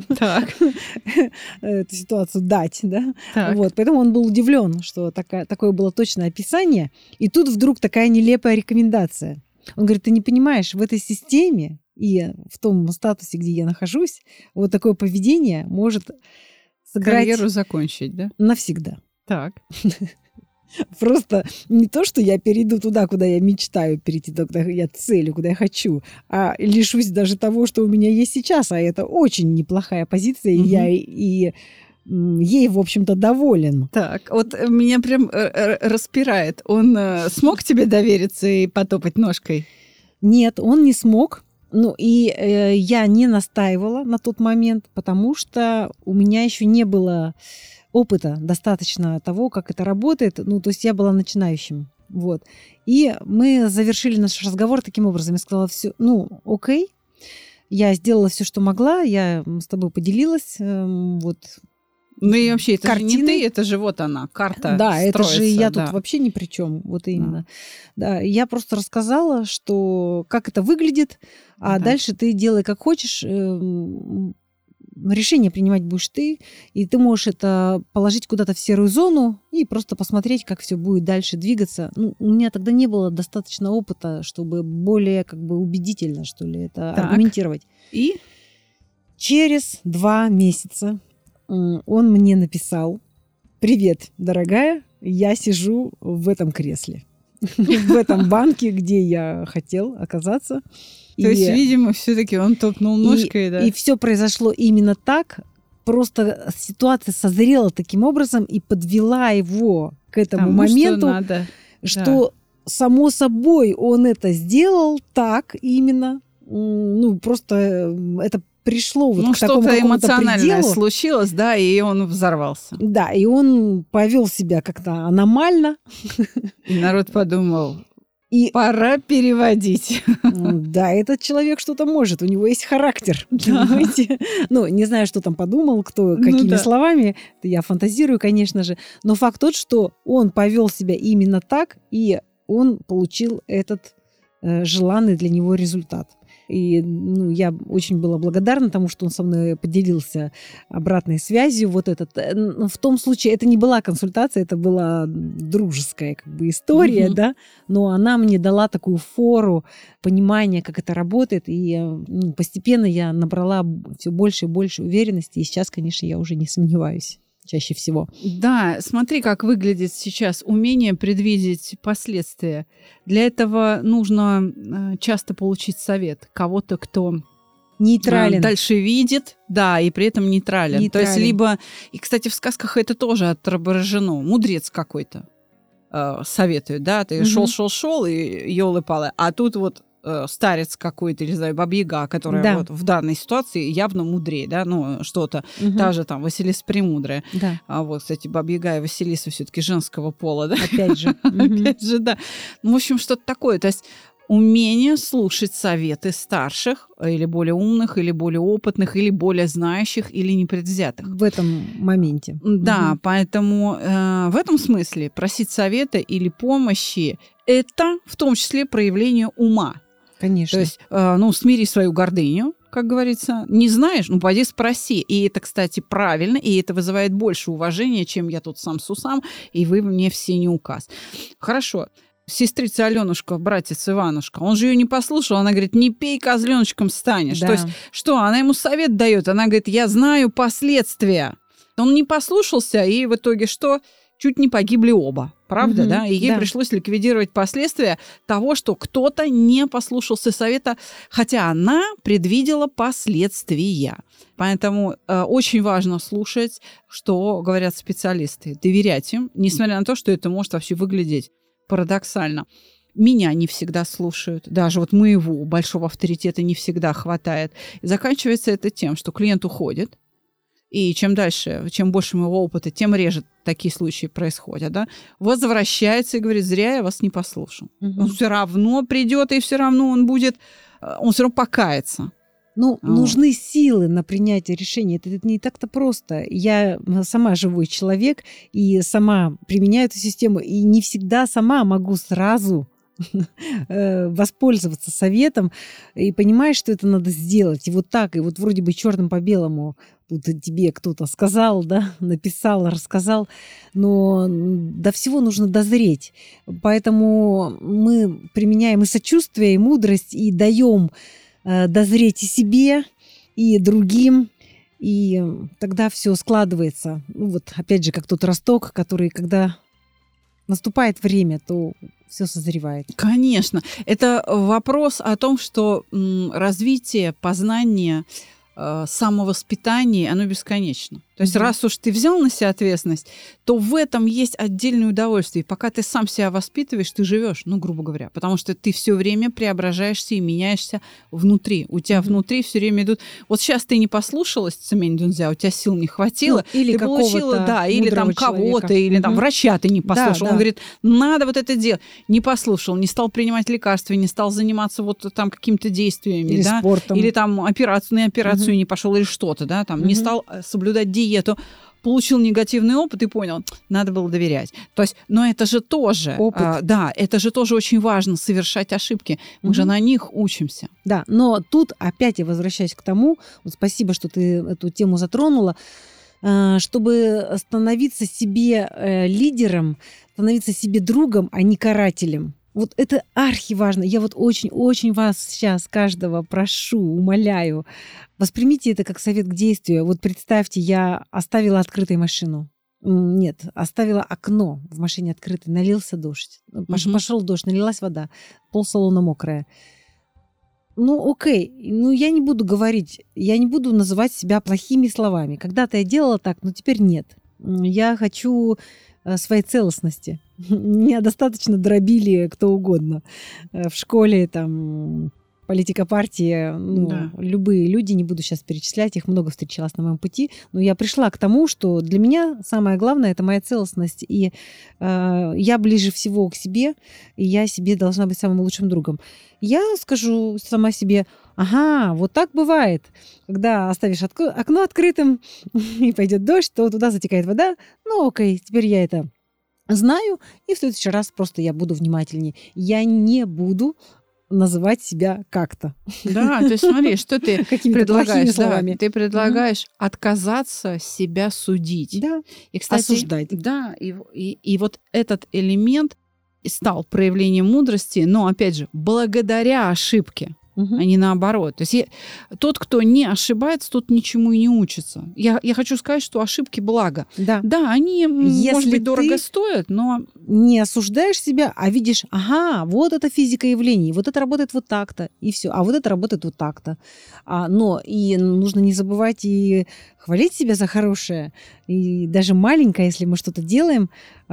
эту ситуацию дать, да? Вот, поэтому он был удивлен, что такое было точное описание. И тут вдруг такая нелепая рекомендация. Он говорит: ты не понимаешь, в этой системе и в том статусе, где я нахожусь, вот такое поведение может сыграть... Карьеру закончить, да? Навсегда. Так. Просто не то, что я перейду туда, куда я мечтаю перейти, куда я целю, куда я хочу, а лишусь даже того, что у меня есть сейчас, а это очень неплохая позиция, и я ей, в общем-то, доволен. Так, вот меня прям распирает. Он смог тебе довериться и потопать ножкой? Нет, он не смог. Ну, и я не настаивала на тот момент, потому что у меня еще не было опыта достаточно того, как это работает. Ну, то есть я была начинающим. Вот. И мы завершили наш разговор таким образом. Я сказала: все, окей. Я сделала все, что могла. Я с тобой поделилась. Вот. Ну и вообще, это картины. же не ты, это же вот она, карта. Да, строится, это же я тут вообще ни при чем. Вот именно. Да, я просто рассказала, что как это выглядит, а дальше ты делай как хочешь. Решение принимать будешь ты, и ты можешь это положить куда-то в серую зону и просто посмотреть, как все будет дальше двигаться. Ну, у меня тогда не было достаточно опыта, чтобы более убедительно, что ли, это аргументировать. И через 2 месяца он мне написал: привет, дорогая, я сижу в этом кресле, в этом банке, где я хотел оказаться. То есть, видимо, все-таки он топнул ножкой, да? И все произошло именно так. Просто ситуация созрела таким образом и подвела его к этому моменту, что само собой он это сделал так именно. Ну, просто это пришло вот к такому что-то какому-то эмоциональное пределу. Случилось, да, и он взорвался. Да, и он повел себя как-то аномально. И народ подумал: пора переводить. Да, этот человек что-то может, у него есть характер, понимаете? Ну, не знаю, что там подумал, кто какими словами, я фантазирую, конечно же, но факт тот, что он повел себя именно так, и он получил этот желанный для него результат. И я очень была благодарна тому, что он со мной поделился обратной связью. Вот в том случае это не была консультация, это была дружеская история, да, но она мне дала такую фору понимания, как это работает, и постепенно я набрала все больше и больше уверенности, и сейчас, конечно, я уже не сомневаюсь. Чаще всего. Да, смотри, как выглядит сейчас умение предвидеть последствия. Для этого нужно часто получить совет кого-то, кто нейтрален. Дальше видит, да, и при этом нейтрален. То есть либо... И, кстати, в сказках это тоже отображено. Мудрец какой-то советует, да, ты шел и ёлы-палы, а тут вот старец какой-то, или, не знаю, баба-яга, которая вот в данной ситуации явно мудрее, да, что-то. Та же там Василиса Премудрая. Да. А вот, кстати, баба-яга и Василиса все-таки женского пола, да? Опять же. Опять же, да. В общем, что-то такое. То есть умение слушать советы старших, или более умных, или более опытных, или более знающих, или непредвзятых. В этом моменте. Да, поэтому в этом смысле просить совета или помощи – это в том числе проявление ума. Конечно. То есть, смири свою гордыню, как говорится. Не знаешь, пойди спроси. И это, кстати, правильно, и это вызывает больше уважения, чем я тут сам с усам, и вы мне все не указ. Хорошо. Сестрица Аленушка, братец Иванушка, он же ее не послушал, она говорит: не пей, козленочком станешь. Да. То есть, что, она ему совет дает, она говорит: я знаю последствия. Он не послушался, и в итоге что? чуть не погибли оба. Правда, да? И ей да. пришлось ликвидировать последствия того, что кто-то не послушался совета, хотя она предвидела последствия. Поэтому очень важно слушать, что говорят специалисты, доверять им, несмотря на то, что это может вообще выглядеть парадоксально. Меня не всегда слушают, даже вот моего большого авторитета не всегда хватает. И заканчивается это тем, что клиент уходит, и чем дальше, чем больше моего опыта, тем реже такие случаи происходят, да, возвращается и говорит: зря я вас не послушал. Он все равно придет, и все равно он все равно покается. Нужны силы на принятие решений. Это не так-то просто. Я сама живой человек и сама применяю эту систему, и не всегда сама могу сразу воспользоваться советом и понимаешь, что это надо сделать. И вот так, и вот вроде бы черным по белому тут тебе кто-то сказал, да, написал, рассказал, но до всего нужно дозреть. Поэтому мы применяем и сочувствие, и мудрость, и даем дозреть и себе, и другим, и тогда все складывается. Вот опять же, как тот росток, который, когда наступает время, то все созревает. Конечно. Это вопрос о том, что развитие, познание, самовоспитание, оно бесконечно. То есть раз уж ты взял на себя ответственность, то в этом есть отдельное удовольствие. И пока ты сам себя воспитываешь, ты живешь, грубо говоря, потому что ты все время преображаешься и меняешься внутри. У тебя внутри все время идут... Вот сейчас ты не послушалась Цемень Дунзя, у тебя сил не хватило, или ты получила, или там кого-то, или там врача ты не послушал. Он говорит, надо вот это делать. Не послушал, не стал принимать лекарства, не стал заниматься вот там какими-то действиями, или да? спортом. Или там на операцию не пошел, или что-то, да, там не стал соблюдать диету, получил негативный опыт и понял, надо было доверять. То есть, но это же тоже, это же тоже очень важно, совершать ошибки. Мы же на них учимся. Да, но тут опять я возвращаюсь к тому, вот спасибо, что ты эту тему затронула, чтобы становиться себе лидером, становиться себе другом, а не карателем. Вот это архиважно. Я вот очень-очень вас сейчас каждого прошу, умоляю, воспримите это как совет к действию. Вот представьте, я оставила открытой машину. Нет, оставила окно в машине открытое, налился дождь. Пошел дождь, налилась вода, полсалона мокрое. Окей, я не буду говорить, я не буду называть себя плохими словами. Когда-то я делала так, но теперь нет. Я хочу своей целостности. Меня достаточно дробили кто угодно. В школе, там, политика партии, любые люди, не буду сейчас перечислять, их много встречалось на моем пути, но я пришла к тому, что для меня самое главное – это моя целостность, и я ближе всего к себе, и я себе должна быть самым лучшим другом. Я скажу сама себе: ага, вот так бывает. Когда оставишь окно открытым и пойдет дождь, то туда затекает вода. Окей, теперь я это знаю, и в следующий раз просто я буду внимательнее. Я не буду называть себя как-то. Да, то есть смотри, что ты предлагаешь. Словами. Ты предлагаешь отказаться себя судить. Да, и, кстати, осуждать. Да, и вот этот элемент стал проявлением мудрости, но, опять же, благодаря ошибке, а не наоборот. То есть тот, кто не ошибается, тот ничему и не учится. Я хочу сказать, что ошибки благо. Да, они, может быть, дорого стоят, но... не осуждаешь себя, а видишь, ага, вот это физика явлений, вот это работает вот так-то, и все, а вот это работает вот так-то. Но и нужно не забывать и хвалить себя за хорошее, и даже маленькое, если мы что-то делаем,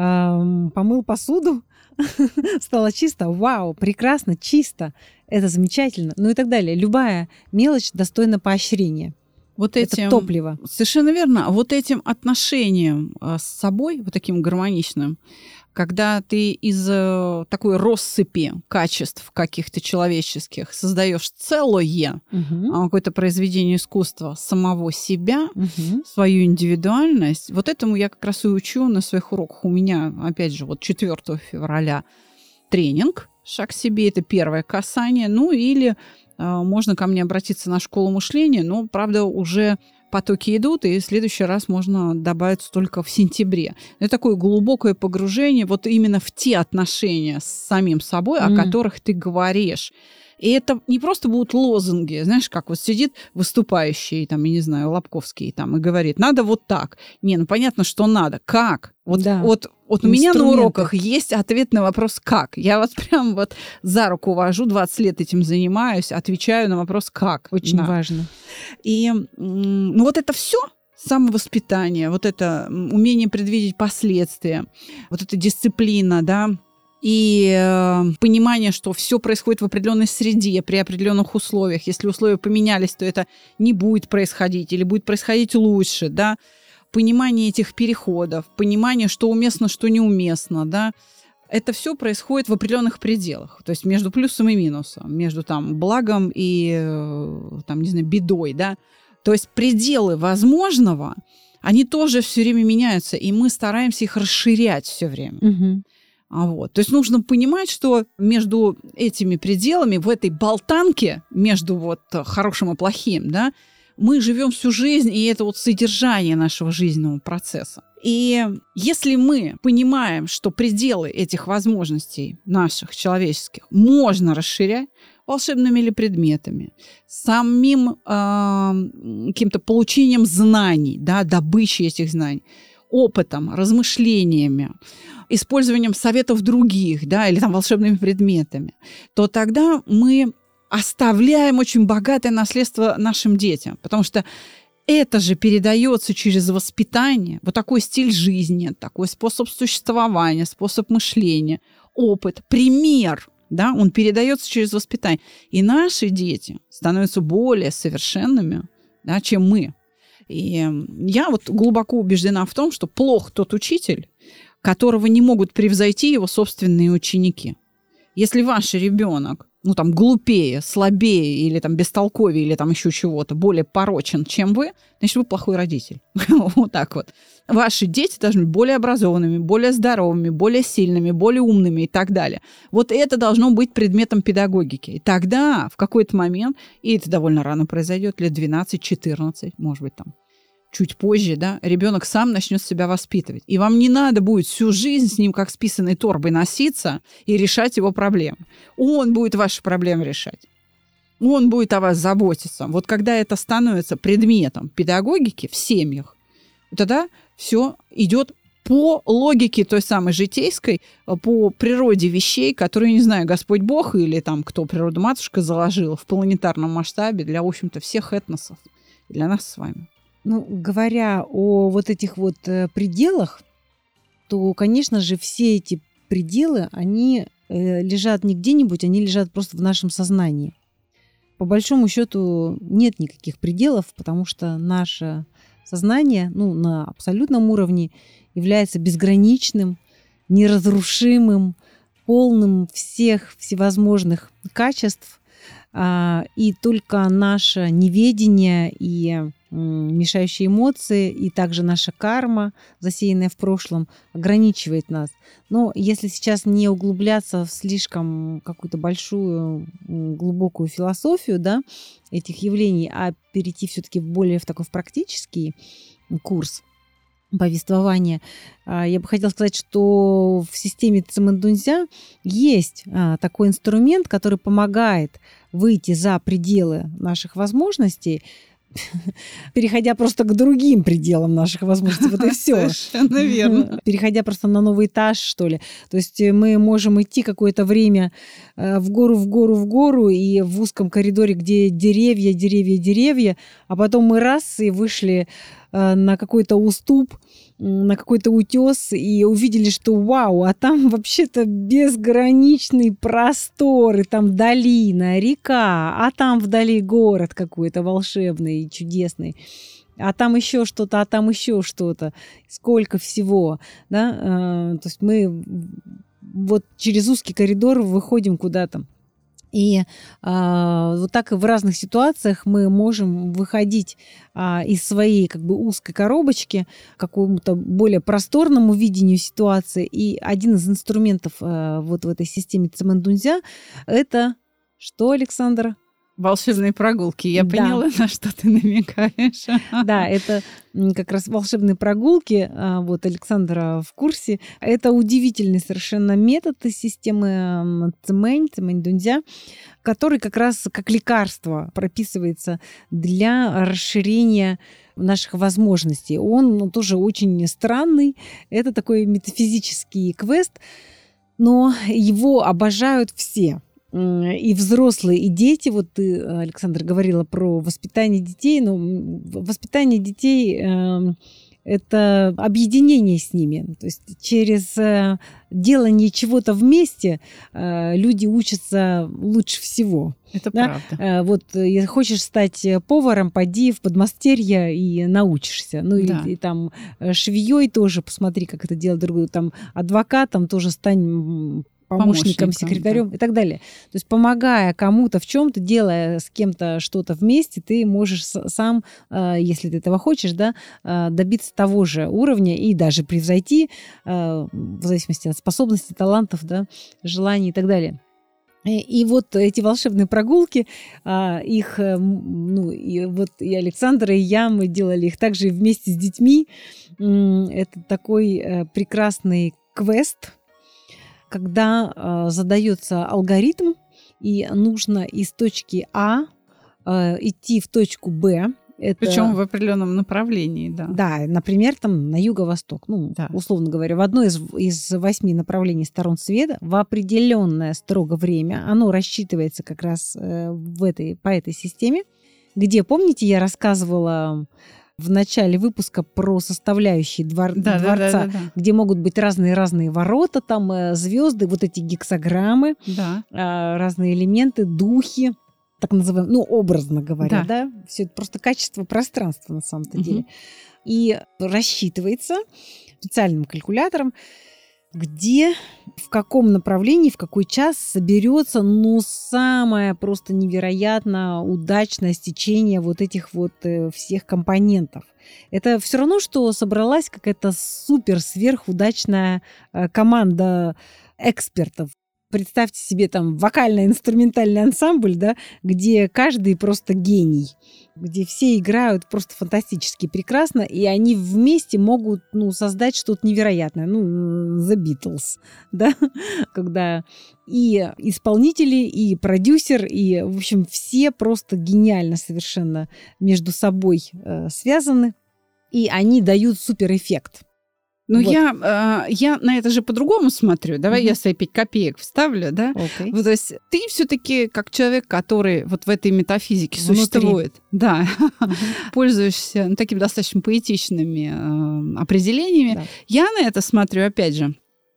помыл посуду, стало чисто, вау, прекрасно, чисто, это замечательно, и так далее. Любая мелочь достойна поощрения. Вот этим, это топливо. Совершенно верно. Вот этим отношением с собой, вот таким гармоничным, когда ты из такой россыпи качеств каких-то человеческих создаешь целое, какое-то произведение искусства самого себя, свою индивидуальность, вот этому я как раз и учу на своих уроках. У меня, опять же, 4 февраля тренинг «Шаг к себе» — это первое касание. Или можно ко мне обратиться на школу мышления, но, правда, уже потоки идут, и в следующий раз можно добавить только в сентябре. Это такое глубокое погружение вот именно в те отношения с самим собой, о которых ты говоришь. И это не просто будут лозунги, знаешь, как вот сидит выступающий, там, я не знаю, Лобковский там и говорит, надо вот так. Не, ну понятно, что надо. Как? Вот у меня на уроках есть ответ на вопрос «как?». Я вас прям вот за руку вожу, 20 лет этим занимаюсь, отвечаю на вопрос «как?». Очень важно. И ну вот это все самовоспитание, вот это умение предвидеть последствия, вот эта дисциплина, да, и понимание, что все происходит в определенной среде, при определенных условиях. Если условия поменялись, то это не будет происходить или будет происходить лучше, да. Понимание этих переходов, понимание, что уместно, что неуместно, да. Это все происходит в определенных пределах, то есть между плюсом и минусом, между там благом и там, не знаю, бедой, да. То есть пределы возможного, они тоже все время меняются, и мы стараемся их расширять все время. Угу. Вот. То есть нужно понимать, что между этими пределами, в этой болтанке, между вот хорошим и плохим, да, мы живем всю жизнь, и это вот содержание нашего жизненного процесса. И если мы понимаем, что пределы этих возможностей наших человеческих можно расширять волшебными или предметами, самим каким-то получением знаний, да, добычей этих знаний, опытом, размышлениями, использованием советов других, да, или там волшебными предметами, то тогда мы оставляем очень богатое наследство нашим детям, потому что это же передается через воспитание, вот такой стиль жизни, такой способ существования, способ мышления, опыт, пример, да, он передается через воспитание. И наши дети становятся более совершенными, да, чем мы. И я вот глубоко убеждена в том, что плох тот учитель, которого не могут превзойти его собственные ученики. Если ваш ребенок, ну, там, глупее, слабее или там бестолковее или там еще чего-то, более порочен, чем вы, значит, вы плохой родитель. Вот так вот. Ваши дети должны быть более образованными, более здоровыми, более сильными, более умными и так далее. Вот это должно быть предметом педагогики. И тогда в какой-то момент, и это довольно рано произойдет, лет 12-14, может быть, там, чуть позже, да, ребенок сам начнет себя воспитывать. И вам не надо будет всю жизнь с ним как с писаной торбой носиться и решать его проблемы. Он будет ваши проблемы решать. Он будет о вас заботиться. Вот когда это становится предметом педагогики в семьях, тогда все идет по логике той самой житейской, по природе вещей, которые, не знаю, Господь Бог или там кто, природа-матушка заложила в планетарном масштабе для, в общем-то, всех этносов, для нас с вами. Ну, говоря о вот этих вот пределах, то, конечно же, все эти пределы, они лежат не где-нибудь, они лежат просто в нашем сознании. По большому счету нет никаких пределов, потому что наше сознание, ну, на абсолютном уровне является безграничным, неразрушимым, полным всех всевозможных качеств, и только наше неведение и мешающие эмоции, и также наша карма, засеянная в прошлом, ограничивает нас. Но если сейчас не углубляться в слишком какую-то большую, глубокую философию, да, этих явлений, а перейти все-таки более в такой практический курс повествования, я бы хотела сказать, что в системе Цимэндунцзя есть такой инструмент, который помогает выйти за пределы наших возможностей, переходя просто к другим пределам наших возможностей. Вот и все. Совершенно верно. Переходя просто на новый этаж, что ли. То есть мы можем идти какое-то время в гору, и в узком коридоре, где деревья, а потом мы раз и вышли на какой-то уступ, на какой-то утес и увидели, что вау, а там вообще-то безграничный простор, и там долина, река, а там вдали город какой-то волшебный, чудесный, а там еще что-то, а там еще что-то. Сколько всего, да? То есть мы вот через узкий коридор выходим куда-то. И вот так в разных ситуациях мы можем выходить из своей как бы узкой коробочки к какому-то более просторному видению ситуации. И один из инструментов вот в этой системе Цимэндунцзя — это что, Александр? Волшебные прогулки. Я Да. поняла, на что ты намекаешь. Да, это как раз волшебные прогулки. Вот Александра в курсе. Это удивительный совершенно метод из системы Цзэмэнь-Дунцзя, который как раз как лекарство прописывается для расширения наших возможностей. Он тоже очень странный. Это такой метафизический квест, но его обожают все. И взрослые, и дети. Вот ты, Александра, говорила про воспитание детей. Но воспитание детей это объединение с ними. То есть через делание чего-то вместе люди учатся лучше всего. Это Да? правда. Вот если хочешь стать поваром, поди в подмастерье и научишься. Ну Да. или и там швеей тоже, посмотри, как это делать другое. Там адвокатом тоже стань помощником, секретарем, да, и так далее. То есть помогая кому-то в чем-то, делая с кем-то что-то вместе, ты можешь сам, если ты этого хочешь, да, добиться того же уровня и даже превзойти, в зависимости от способностей, талантов, да, желаний и так далее. И вот эти волшебные прогулки, их, ну, и вот и Александра, и я, мы делали их также вместе с детьми. Это такой прекрасный квест, когда задается алгоритм, и нужно из точки А идти в точку Б. Причем в определенном направлении, да. Да, например, там на юго-восток, ну, Да. условно говоря, в одно из 8 направлений сторон света в определенное строго время. Оно рассчитывается как раз по этой системе, где, помните, я рассказывала в начале выпуска про составляющие дворца, Да. где могут быть разные ворота, там звезды, вот эти гексограммы, Да. разные элементы, духи, так называемые, ну, образно говоря, да, все это просто качество пространства на самом-то деле. И рассчитывается специальным калькулятором, где, в каком направлении, в какой час соберется, ну, самое просто невероятно удачное стечение вот этих вот всех компонентов. Это все равно, что собралась какая-то супер-сверхудачная команда экспертов. Представьте себе там вокально-инструментальный ансамбль, да, где каждый просто гений, где все играют просто фантастически прекрасно, и они вместе могут, ну, создать что-то невероятное. Ну, The Beatles, да, когда и исполнители, и продюсер, и, в общем, все просто гениально совершенно между собой связаны, и они дают суперэффект. Ну, Вот. я на это же по-другому смотрю. Давай я свои 5 копеек вставлю, да? Okay. Вот, то есть ты все-таки как человек, который вот в этой метафизике существует, да, пользуешься такими достаточно поэтичными определениями. Да. Я на это смотрю, опять же,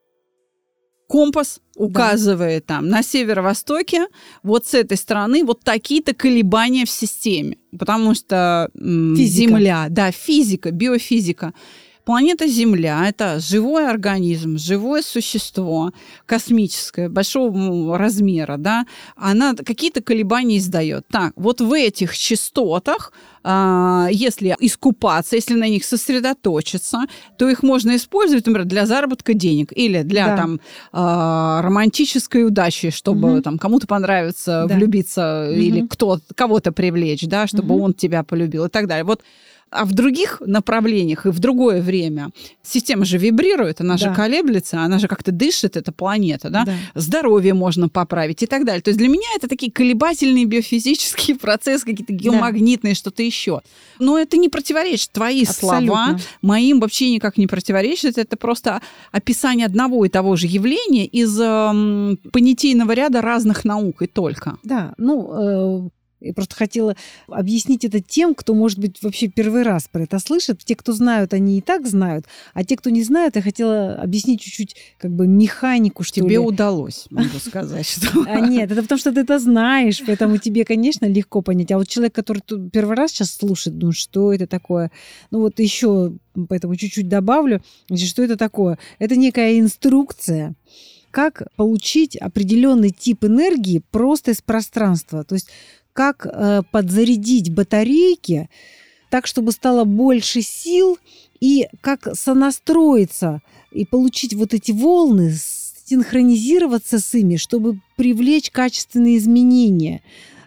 компас указывает там на северо-востоке, вот с этой стороны вот такие-то колебания в системе. Потому что Земля, да, физика, биофизика. Планета Земля – это живой организм, живое существо, космическое, большого размера, да, она какие-то колебания издает. Так, вот в этих частотах, если искупаться, если на них сосредоточиться, то их можно использовать, например, для заработка денег или для там, романтической удачи, чтобы там, кому-то понравиться, влюбиться или кого-то привлечь, да, чтобы он тебя полюбил и так далее. Вот. А в других направлениях и в другое время система же вибрирует, она же колеблется, она же как-то дышит, эта планета, да? Здоровье можно поправить и так далее. То есть для меня это такие колебательные биофизические процессы, какие-то геомагнитные, что-то еще. Но это не противоречит. Твои слова моим вообще никак не противоречат. Это просто описание одного и того же явления из понятийного ряда разных наук и только. Да, ну... Я просто хотела объяснить это тем, кто, может быть, вообще первый раз про это слышит. Те, кто знают, они и так знают. А те, кто не знают, я хотела объяснить чуть-чуть как бы механику, что тебе удалось, могу сказать. Что... Нет, это потому что ты это знаешь, поэтому тебе, конечно, легко понять. А вот человек, который первый раз сейчас слушает, ну что это такое? Ну вот еще, поэтому чуть-чуть добавлю. Значит, что это такое? Это некая инструкция, как получить определенный тип энергии просто из пространства. То есть как подзарядить батарейки так, чтобы стало больше сил, и как сонастроиться и получить вот эти волны, синхронизироваться с ими, чтобы привлечь качественные изменения.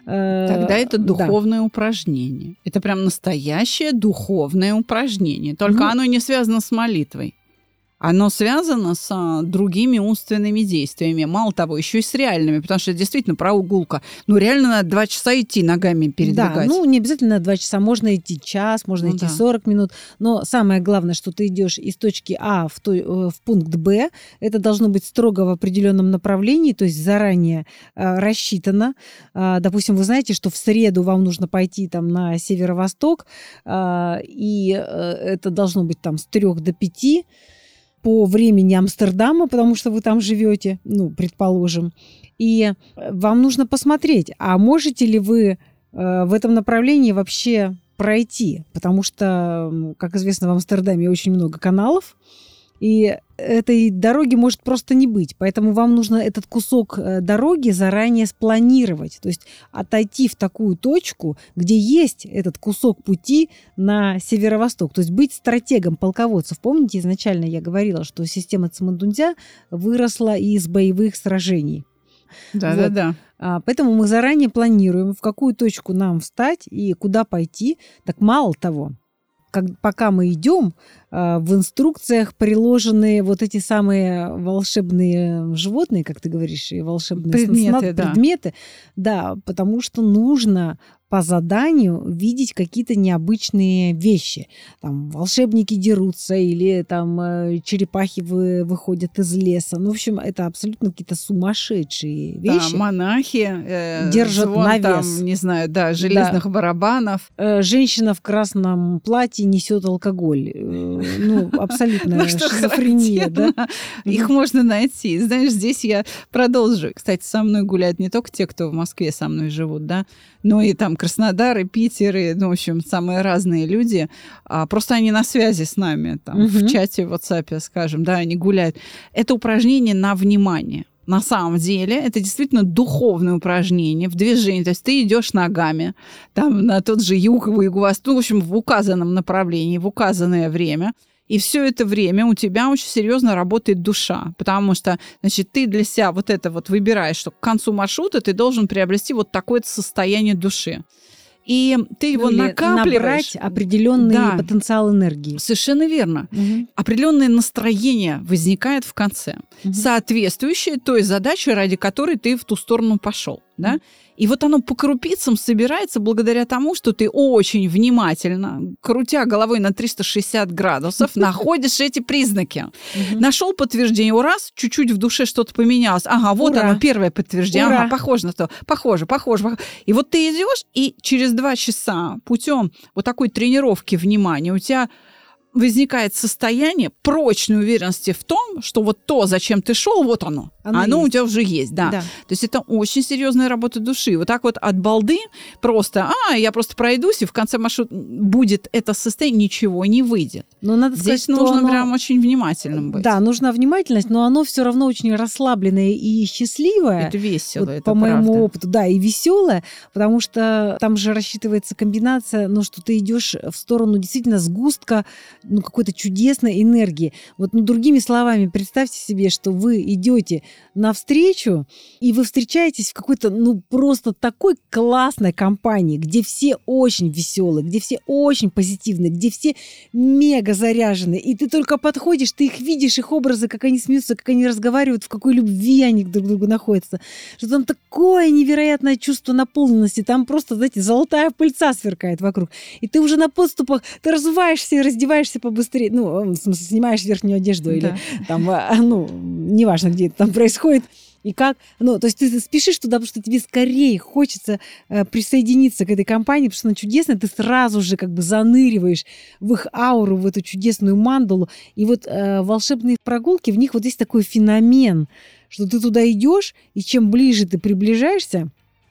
Тогда это духовное упражнение. Это прям настоящее духовное упражнение. Только оно не связано с молитвой. Оно связано с другими умственными действиями. Мало того, еще и с реальными, потому что это действительно прогулка. Ну, реально надо 2 часа идти ногами передвигать. Да, не обязательно 2 часа. Можно идти час, можно идти 40 минут. Но самое главное, что ты идешь из точки А в пункт Б. Это должно быть строго в определенном направлении, то есть заранее рассчитано. Допустим, вы знаете, что в среду вам нужно пойти там на северо-восток, и это должно быть там с 3 до 5 по времени Амстердама, потому что вы там живете, предположим. И вам нужно посмотреть, а можете ли вы в этом направлении вообще пройти, потому что, как известно, в Амстердаме очень много каналов, и этой дороги может просто не быть. Поэтому вам нужно этот кусок дороги заранее спланировать. То есть отойти в такую точку, где есть этот кусок пути на северо-восток. То есть быть стратегом полководцев. Помните, изначально я говорила, что система Цимэдунцзя выросла из боевых сражений. Да. Поэтому мы заранее планируем, в какую точку нам встать и куда пойти. Так мало того, пока мы идем, в инструкциях приложены вот эти самые волшебные животные, как ты говоришь, и волшебные предметы. Да, потому что нужно по заданию видеть какие-то необычные вещи. Там волшебники дерутся или там черепахи выходят из леса. В общем, это абсолютно какие-то сумасшедшие вещи. Да, монахи держат навес. Там, не знаю, железных барабанов. Женщина в красном платье несет алкоголь. Абсолютно шизофрения. Да? Их можно найти. Знаешь, здесь я продолжу. Кстати, со мной гуляют не только те, кто в Москве со мной живут, да, но и там Краснодар, и Питер, и, в общем, самые разные люди. Просто они на связи с нами, там, в чате в WhatsApp, скажем, да, они гуляют. Это упражнение на внимание. На самом деле, это действительно духовное упражнение в движении. То есть ты идешь ногами там, на тот же юг, юго-восток, в общем, в указанном направлении, в указанное время. И все это время у тебя очень серьезно работает душа, потому что, значит, ты для себя вот это вот выбираешь, что к концу маршрута ты должен приобрести вот такое-то состояние души. И ты его накапливаешь. Набрать определенный потенциал энергии. Совершенно верно. Определенное настроение возникает в конце, соответствующее той задаче, ради которой ты в ту сторону пошел. Да? И вот оно по крупицам собирается благодаря тому, что ты очень внимательно, крутя головой на 360 градусов, находишь эти признаки. Нашел подтверждение, раз, чуть-чуть в душе что-то поменялось. Ага, вот оно, первое подтверждение. Ага, похоже на то. Похоже. И вот ты идешь, и через 2 часа путем вот такой тренировки внимания у тебя возникает состояние прочной уверенности в том, что вот то, зачем ты шел, вот оно у тебя уже есть. Да. То есть это очень серьезная работа души. Вот так вот от балды просто, я просто пройдусь, и в конце маршрута будет это состояние, ничего не выйдет. Но надо Здесь сказать, нужно прям очень внимательным быть. Да, нужна внимательность, но оно все равно очень расслабленное и счастливое. Это весело, вот, это по правда. моему опыту, да, и веселое, потому что там же рассчитывается комбинация, что ты идешь в сторону действительно сгустка какой-то чудесной энергии. Вот, другими словами, представьте себе, что вы идете навстречу, и вы встречаетесь в какой-то, просто такой классной компании, где все очень веселые, где все очень позитивные, где все мега заряжены. И ты только подходишь, ты их видишь, их образы, как они смеются, как они разговаривают, в какой любви они друг к другу находятся. Что там такое невероятное чувство наполненности. Там просто, знаете, золотая пыльца сверкает вокруг. И ты уже на подступах, ты разуваешься и раздеваешься побыстрее. В смысле, снимаешь верхнюю одежду или там, неважно, где это там происходит. И как, то есть ты спешишь туда, потому что тебе скорее хочется присоединиться к этой компании, потому что она чудесная, ты сразу же как бы заныриваешь в их ауру, в эту чудесную мандалу. И вот волшебные прогулки, в них вот есть такой феномен, что ты туда идешь, и чем ближе ты приближаешься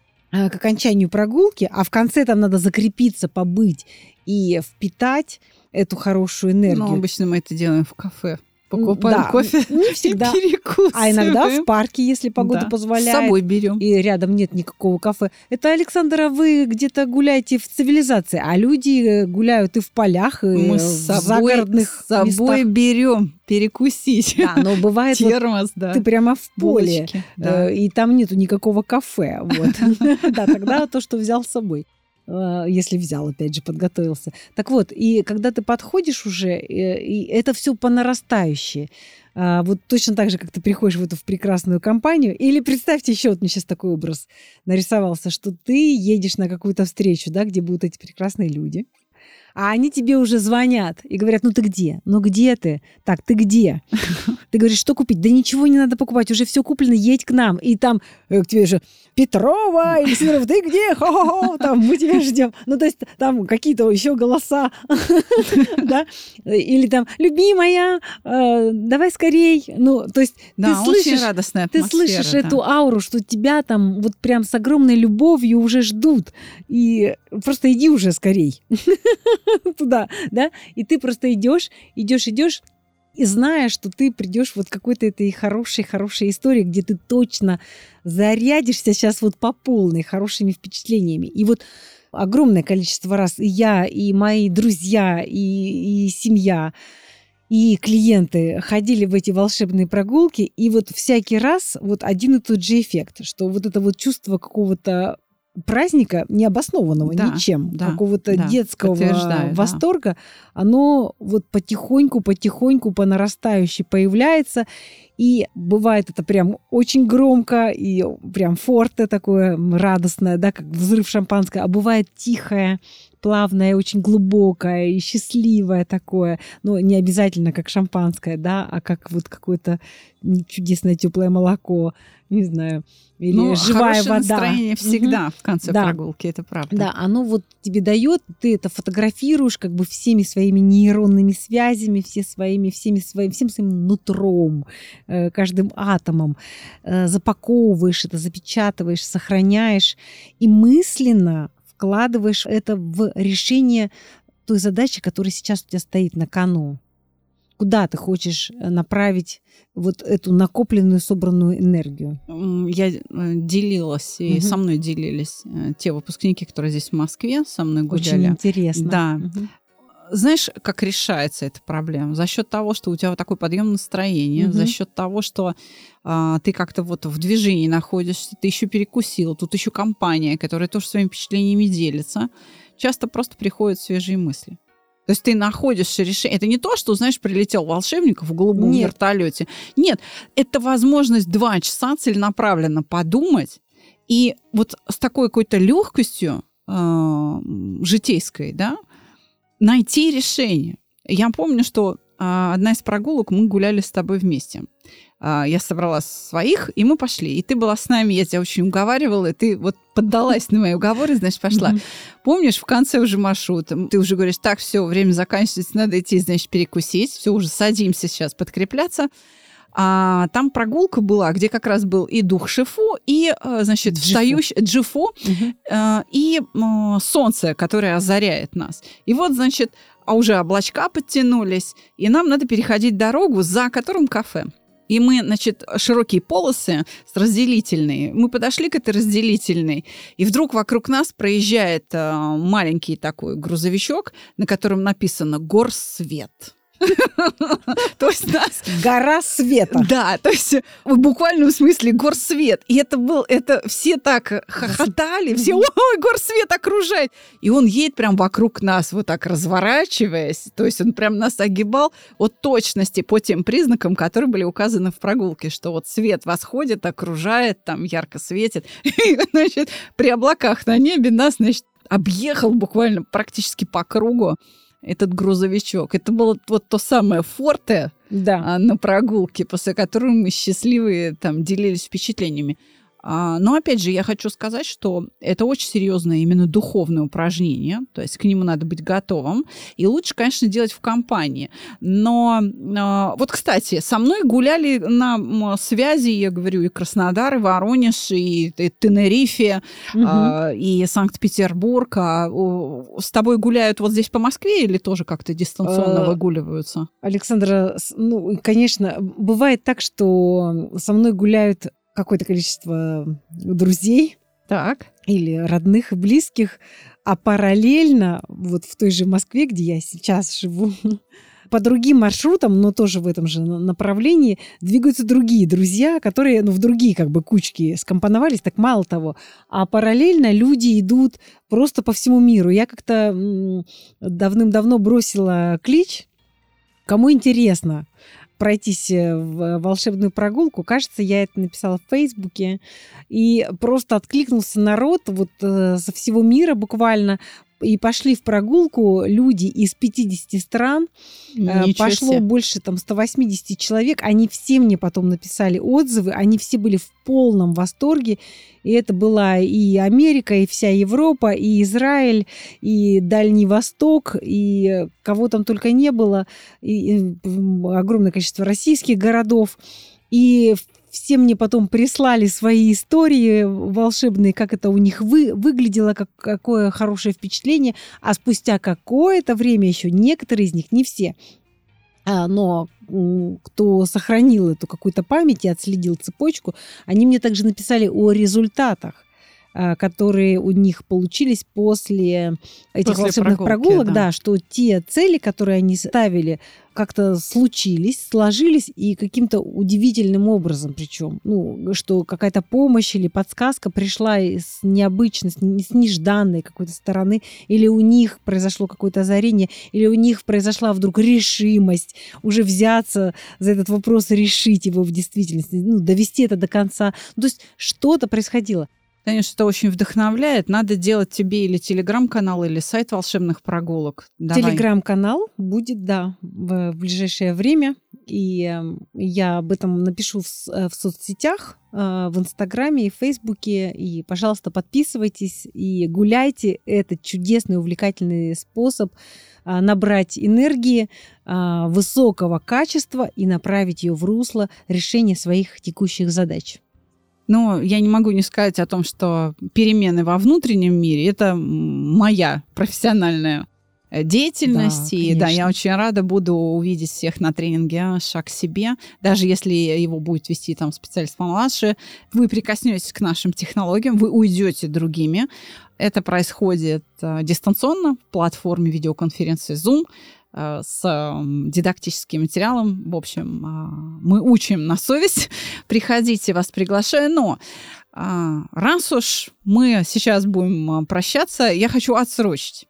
к окончанию прогулки, а в конце там надо закрепиться, побыть и впитать эту хорошую энергию. Обычно мы это делаем в кафе. покупаем Да, кофе не всегда. и перекусываем. А иногда в парке, если погода Да. позволяет. С собой берем. И рядом нет никакого кафе. Это, Александра, вы где-то гуляете в цивилизации, а люди гуляют и в полях, и Мы в с собой загородных собой местах. берем перекусить. Да, но бывает, вот Термос, да. ты прямо в поле, Булочки, да. и там нету никакого кафе. Вот. Да, тогда то, что взял с собой. Если взял, опять же, подготовился. Так вот, и когда ты подходишь уже, и это все по нарастающей. Вот точно так же, как ты приходишь в эту прекрасную компанию. Или представьте еще, вот мне сейчас такой образ нарисовался, что ты едешь на какую-то встречу, да, где будут эти прекрасные люди. А они тебе уже звонят и говорят, ну ты где? Ну где ты? Так, ты где? Ты говоришь, что купить? Да ничего не надо покупать, уже все куплено, едь к нам. И там к тебе же Петрова, или Сидоров, ты где? Хо-хо-хо, там мы тебя ждем. Ну то есть там какие-то еще голоса. Да? Или там, любимая, давай скорей. Ну то есть Да, ты очень слышишь, радостная ты атмосфера. слышишь да. эту ауру, что тебя там вот прям с огромной любовью уже ждут. И просто иди уже скорей туда, да? И ты просто идешь, и зная, что ты придешь вот к какой-то этой хорошей истории, где ты точно зарядишься сейчас вот по полной хорошими впечатлениями. И вот огромное количество раз и я, и мои друзья, и семья, и клиенты ходили в эти волшебные прогулки, и вот всякий раз вот один и тот же эффект, что вот это вот чувство какого-то праздника, необоснованного Да, ничем, да, какого-то да, детского подтверждаю, да. восторга, оно вот потихоньку по нарастающей появляется. И бывает это прям очень громко и прям форте такое радостное, да, как взрыв шампанского, а бывает тихое, плавное, очень глубокое и счастливое такое, но не обязательно как шампанское, да, а как вот какое-то чудесное теплое молоко, не знаю, или живая хорошее вода. настроение всегда в конце Да. прогулки, это правда. Да, оно вот тебе дает, ты это фотографируешь как бы всеми своими нейронными связями, всем своим нутром, каждым атомом, запаковываешь это, запечатываешь, сохраняешь и мысленно вкладываешь это в решение той задачи, которая сейчас у тебя стоит на кону. Куда ты хочешь направить вот эту накопленную, собранную энергию? Я делилась, и со мной делились те выпускники, которые здесь в Москве со мной гуляли. Очень интересно. Да. Знаешь, как решается эта проблема? За счет того, что у тебя вот такой подъем настроения, за счет того, что ты как-то вот в движении находишься, ты еще перекусил, тут еще компания, которая тоже своими впечатлениями делится, часто просто приходят свежие мысли. То есть ты находишь решение. Это не то, что, знаешь, прилетел волшебник в голубом вертолете. Нет, это возможность 2 часа целенаправленно подумать и вот с такой какой-то легкостью житейской, да, найти решение. Я помню, что одна из прогулок мы гуляли с тобой вместе. Я собрала своих, и мы пошли. И ты была с нами, я тебя очень уговаривала, и ты вот поддалась на мои уговоры, значит, пошла. Помнишь, в конце уже маршрута ты уже говоришь, так, все, время заканчивается, надо идти, значит, перекусить. Все, уже садимся сейчас подкрепляться. А там прогулка была, где как раз был и дух Шифу, и, значит, встающий Джифу, и солнце, которое озаряет нас. И вот, значит, уже облачка подтянулись, и нам надо переходить дорогу, за которым кафе. И мы, значит, широкие полосы с разделительной. Мы подошли к этой разделительной, и вдруг вокруг нас проезжает маленький такой грузовичок, на котором написано «Горсвет». То есть нас... Гора света. Да, то есть в буквальном смысле горсвет. И это все так хохотали, все, ой, горсвет окружает. И он едет прям вокруг нас, вот так разворачиваясь. То есть он прям нас огибал от точности по тем признакам, которые были указаны в прогулке, что вот свет восходит, окружает, там ярко светит. И, значит, при облаках на небе нас, значит, объехал буквально практически по кругу этот грузовичок. Это было вот то самое форте на прогулке, после которого мы счастливые там делились впечатлениями. Но, опять же, я хочу сказать, что это очень серьезное именно духовное упражнение, то есть к нему надо быть готовым. И лучше, конечно, делать в компании. Но вот, кстати, со мной гуляли на связи, я говорю, и Краснодар, и Воронеж, и Тенерифе, и Санкт-Петербург. А с тобой гуляют вот здесь по Москве или тоже как-то дистанционно выгуливаются? Александра, конечно, бывает так, что со мной гуляют какое-то количество друзей или родных и близких, а параллельно вот в той же Москве, где я сейчас живу, по другим маршрутам, но тоже в этом же направлении, двигаются другие друзья, которые в другие как бы кучки скомпоновались, так мало того. А параллельно люди идут просто по всему миру. Я как-то давным-давно бросила клич, кому интересно пройтись в волшебную прогулку. Кажется, я это написала в Фейсбуке. И просто откликнулся народ вот со всего мира буквально. И пошли в прогулку люди из 50 стран. Пошло больше 180 человек. Они все мне потом написали отзывы. Они все были в полном восторге. И это была и Америка, и вся Европа, и Израиль, и Дальний Восток, и кого там только не было. И огромное количество российских городов. И все мне потом прислали свои истории волшебные, как это у них выглядело, какое хорошее впечатление. А спустя какое-то время еще некоторые из них, не все, но кто сохранил эту какую-то память и отследил цепочку, они мне также написали о результатах, которые у них получились после этих волшебных прогулок, да, что те цели, которые они ставили, как-то случились, сложились и каким-то удивительным образом, причем, что какая-то помощь или подсказка пришла с необычной, с нежданной какой-то стороны, или у них произошло какое-то озарение, или у них произошла вдруг решимость уже взяться за этот вопрос и решить его в действительности, довести это до конца. То есть что-то происходило. Конечно, это очень вдохновляет. Надо делать тебе или телеграм-канал, или сайт волшебных прогулок. Давай. Телеграм-канал будет, да, в ближайшее время. И я об этом напишу в соцсетях, в Инстаграме и Фейсбуке. И, пожалуйста, подписывайтесь и гуляйте. Это чудесный, увлекательный способ набрать энергии высокого качества и направить ее в русло решения своих текущих задач. Но я не могу не сказать о том, что перемены во внутреннем мире – это моя профессиональная деятельность. Да, и да, я очень рада буду увидеть всех на тренинге «Шаг к себе». Даже если его будет вести там специалист помладше, вы прикоснетесь к нашим технологиям, вы уйдете другими. Это происходит дистанционно в платформе видеоконференции Zoom с дидактическим материалом. В общем, мы учим на совесть. Приходите, вас приглашаю. Но раз уж мы сейчас будем прощаться, я хочу отсрочить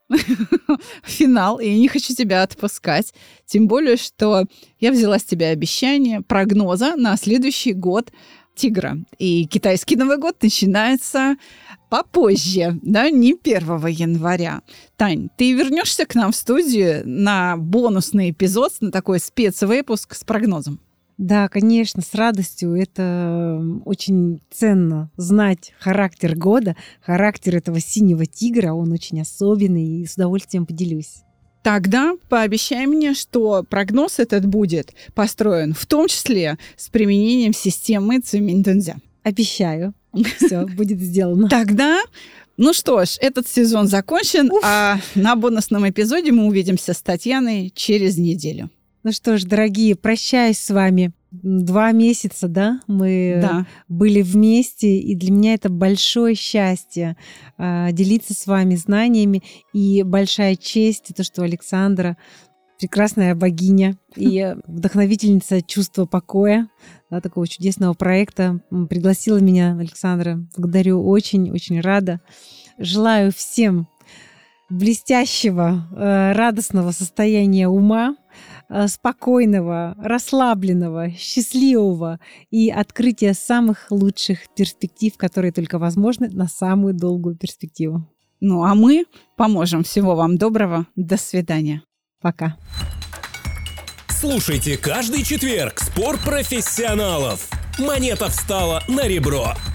финал, и не хочу тебя отпускать. Тем более, что я взяла с тебя обещание прогноза на следующий год тигра. И китайский Новый год начинается попозже, да, не 1 января. Тань, ты вернешься к нам в студию на бонусный эпизод, на такой спецвыпуск с прогнозом? Да, конечно, с радостью. Это очень ценно знать характер года, характер этого синего тигра. Он очень особенный, и с удовольствием поделюсь. Тогда пообещай мне, что прогноз этот будет построен в том числе с применением системы Цзюминь-Дунзя. Обещаю. Все, будет сделано. Тогда, ну что ж, этот сезон закончен, а на бонусном эпизоде мы увидимся с Татьяной через неделю. Ну что ж, дорогие, прощаюсь с вами. 2 месяца, да, мы были вместе, и для меня это большое счастье делиться с вами знаниями, и большая честь то, что Александра прекрасная богиня и вдохновительница чувства покоя, да, такого чудесного проекта, пригласила меня, Александра. Благодарю, очень рада. Желаю всем блестящего, радостного состояния ума, спокойного, расслабленного, счастливого и открытия самых лучших перспектив, которые только возможны на самую долгую перспективу. Ну, а мы поможем. Всего вам доброго. До свидания. Пока. Слушайте каждый четверг «Спор профессионалов». Монета встала на ребро.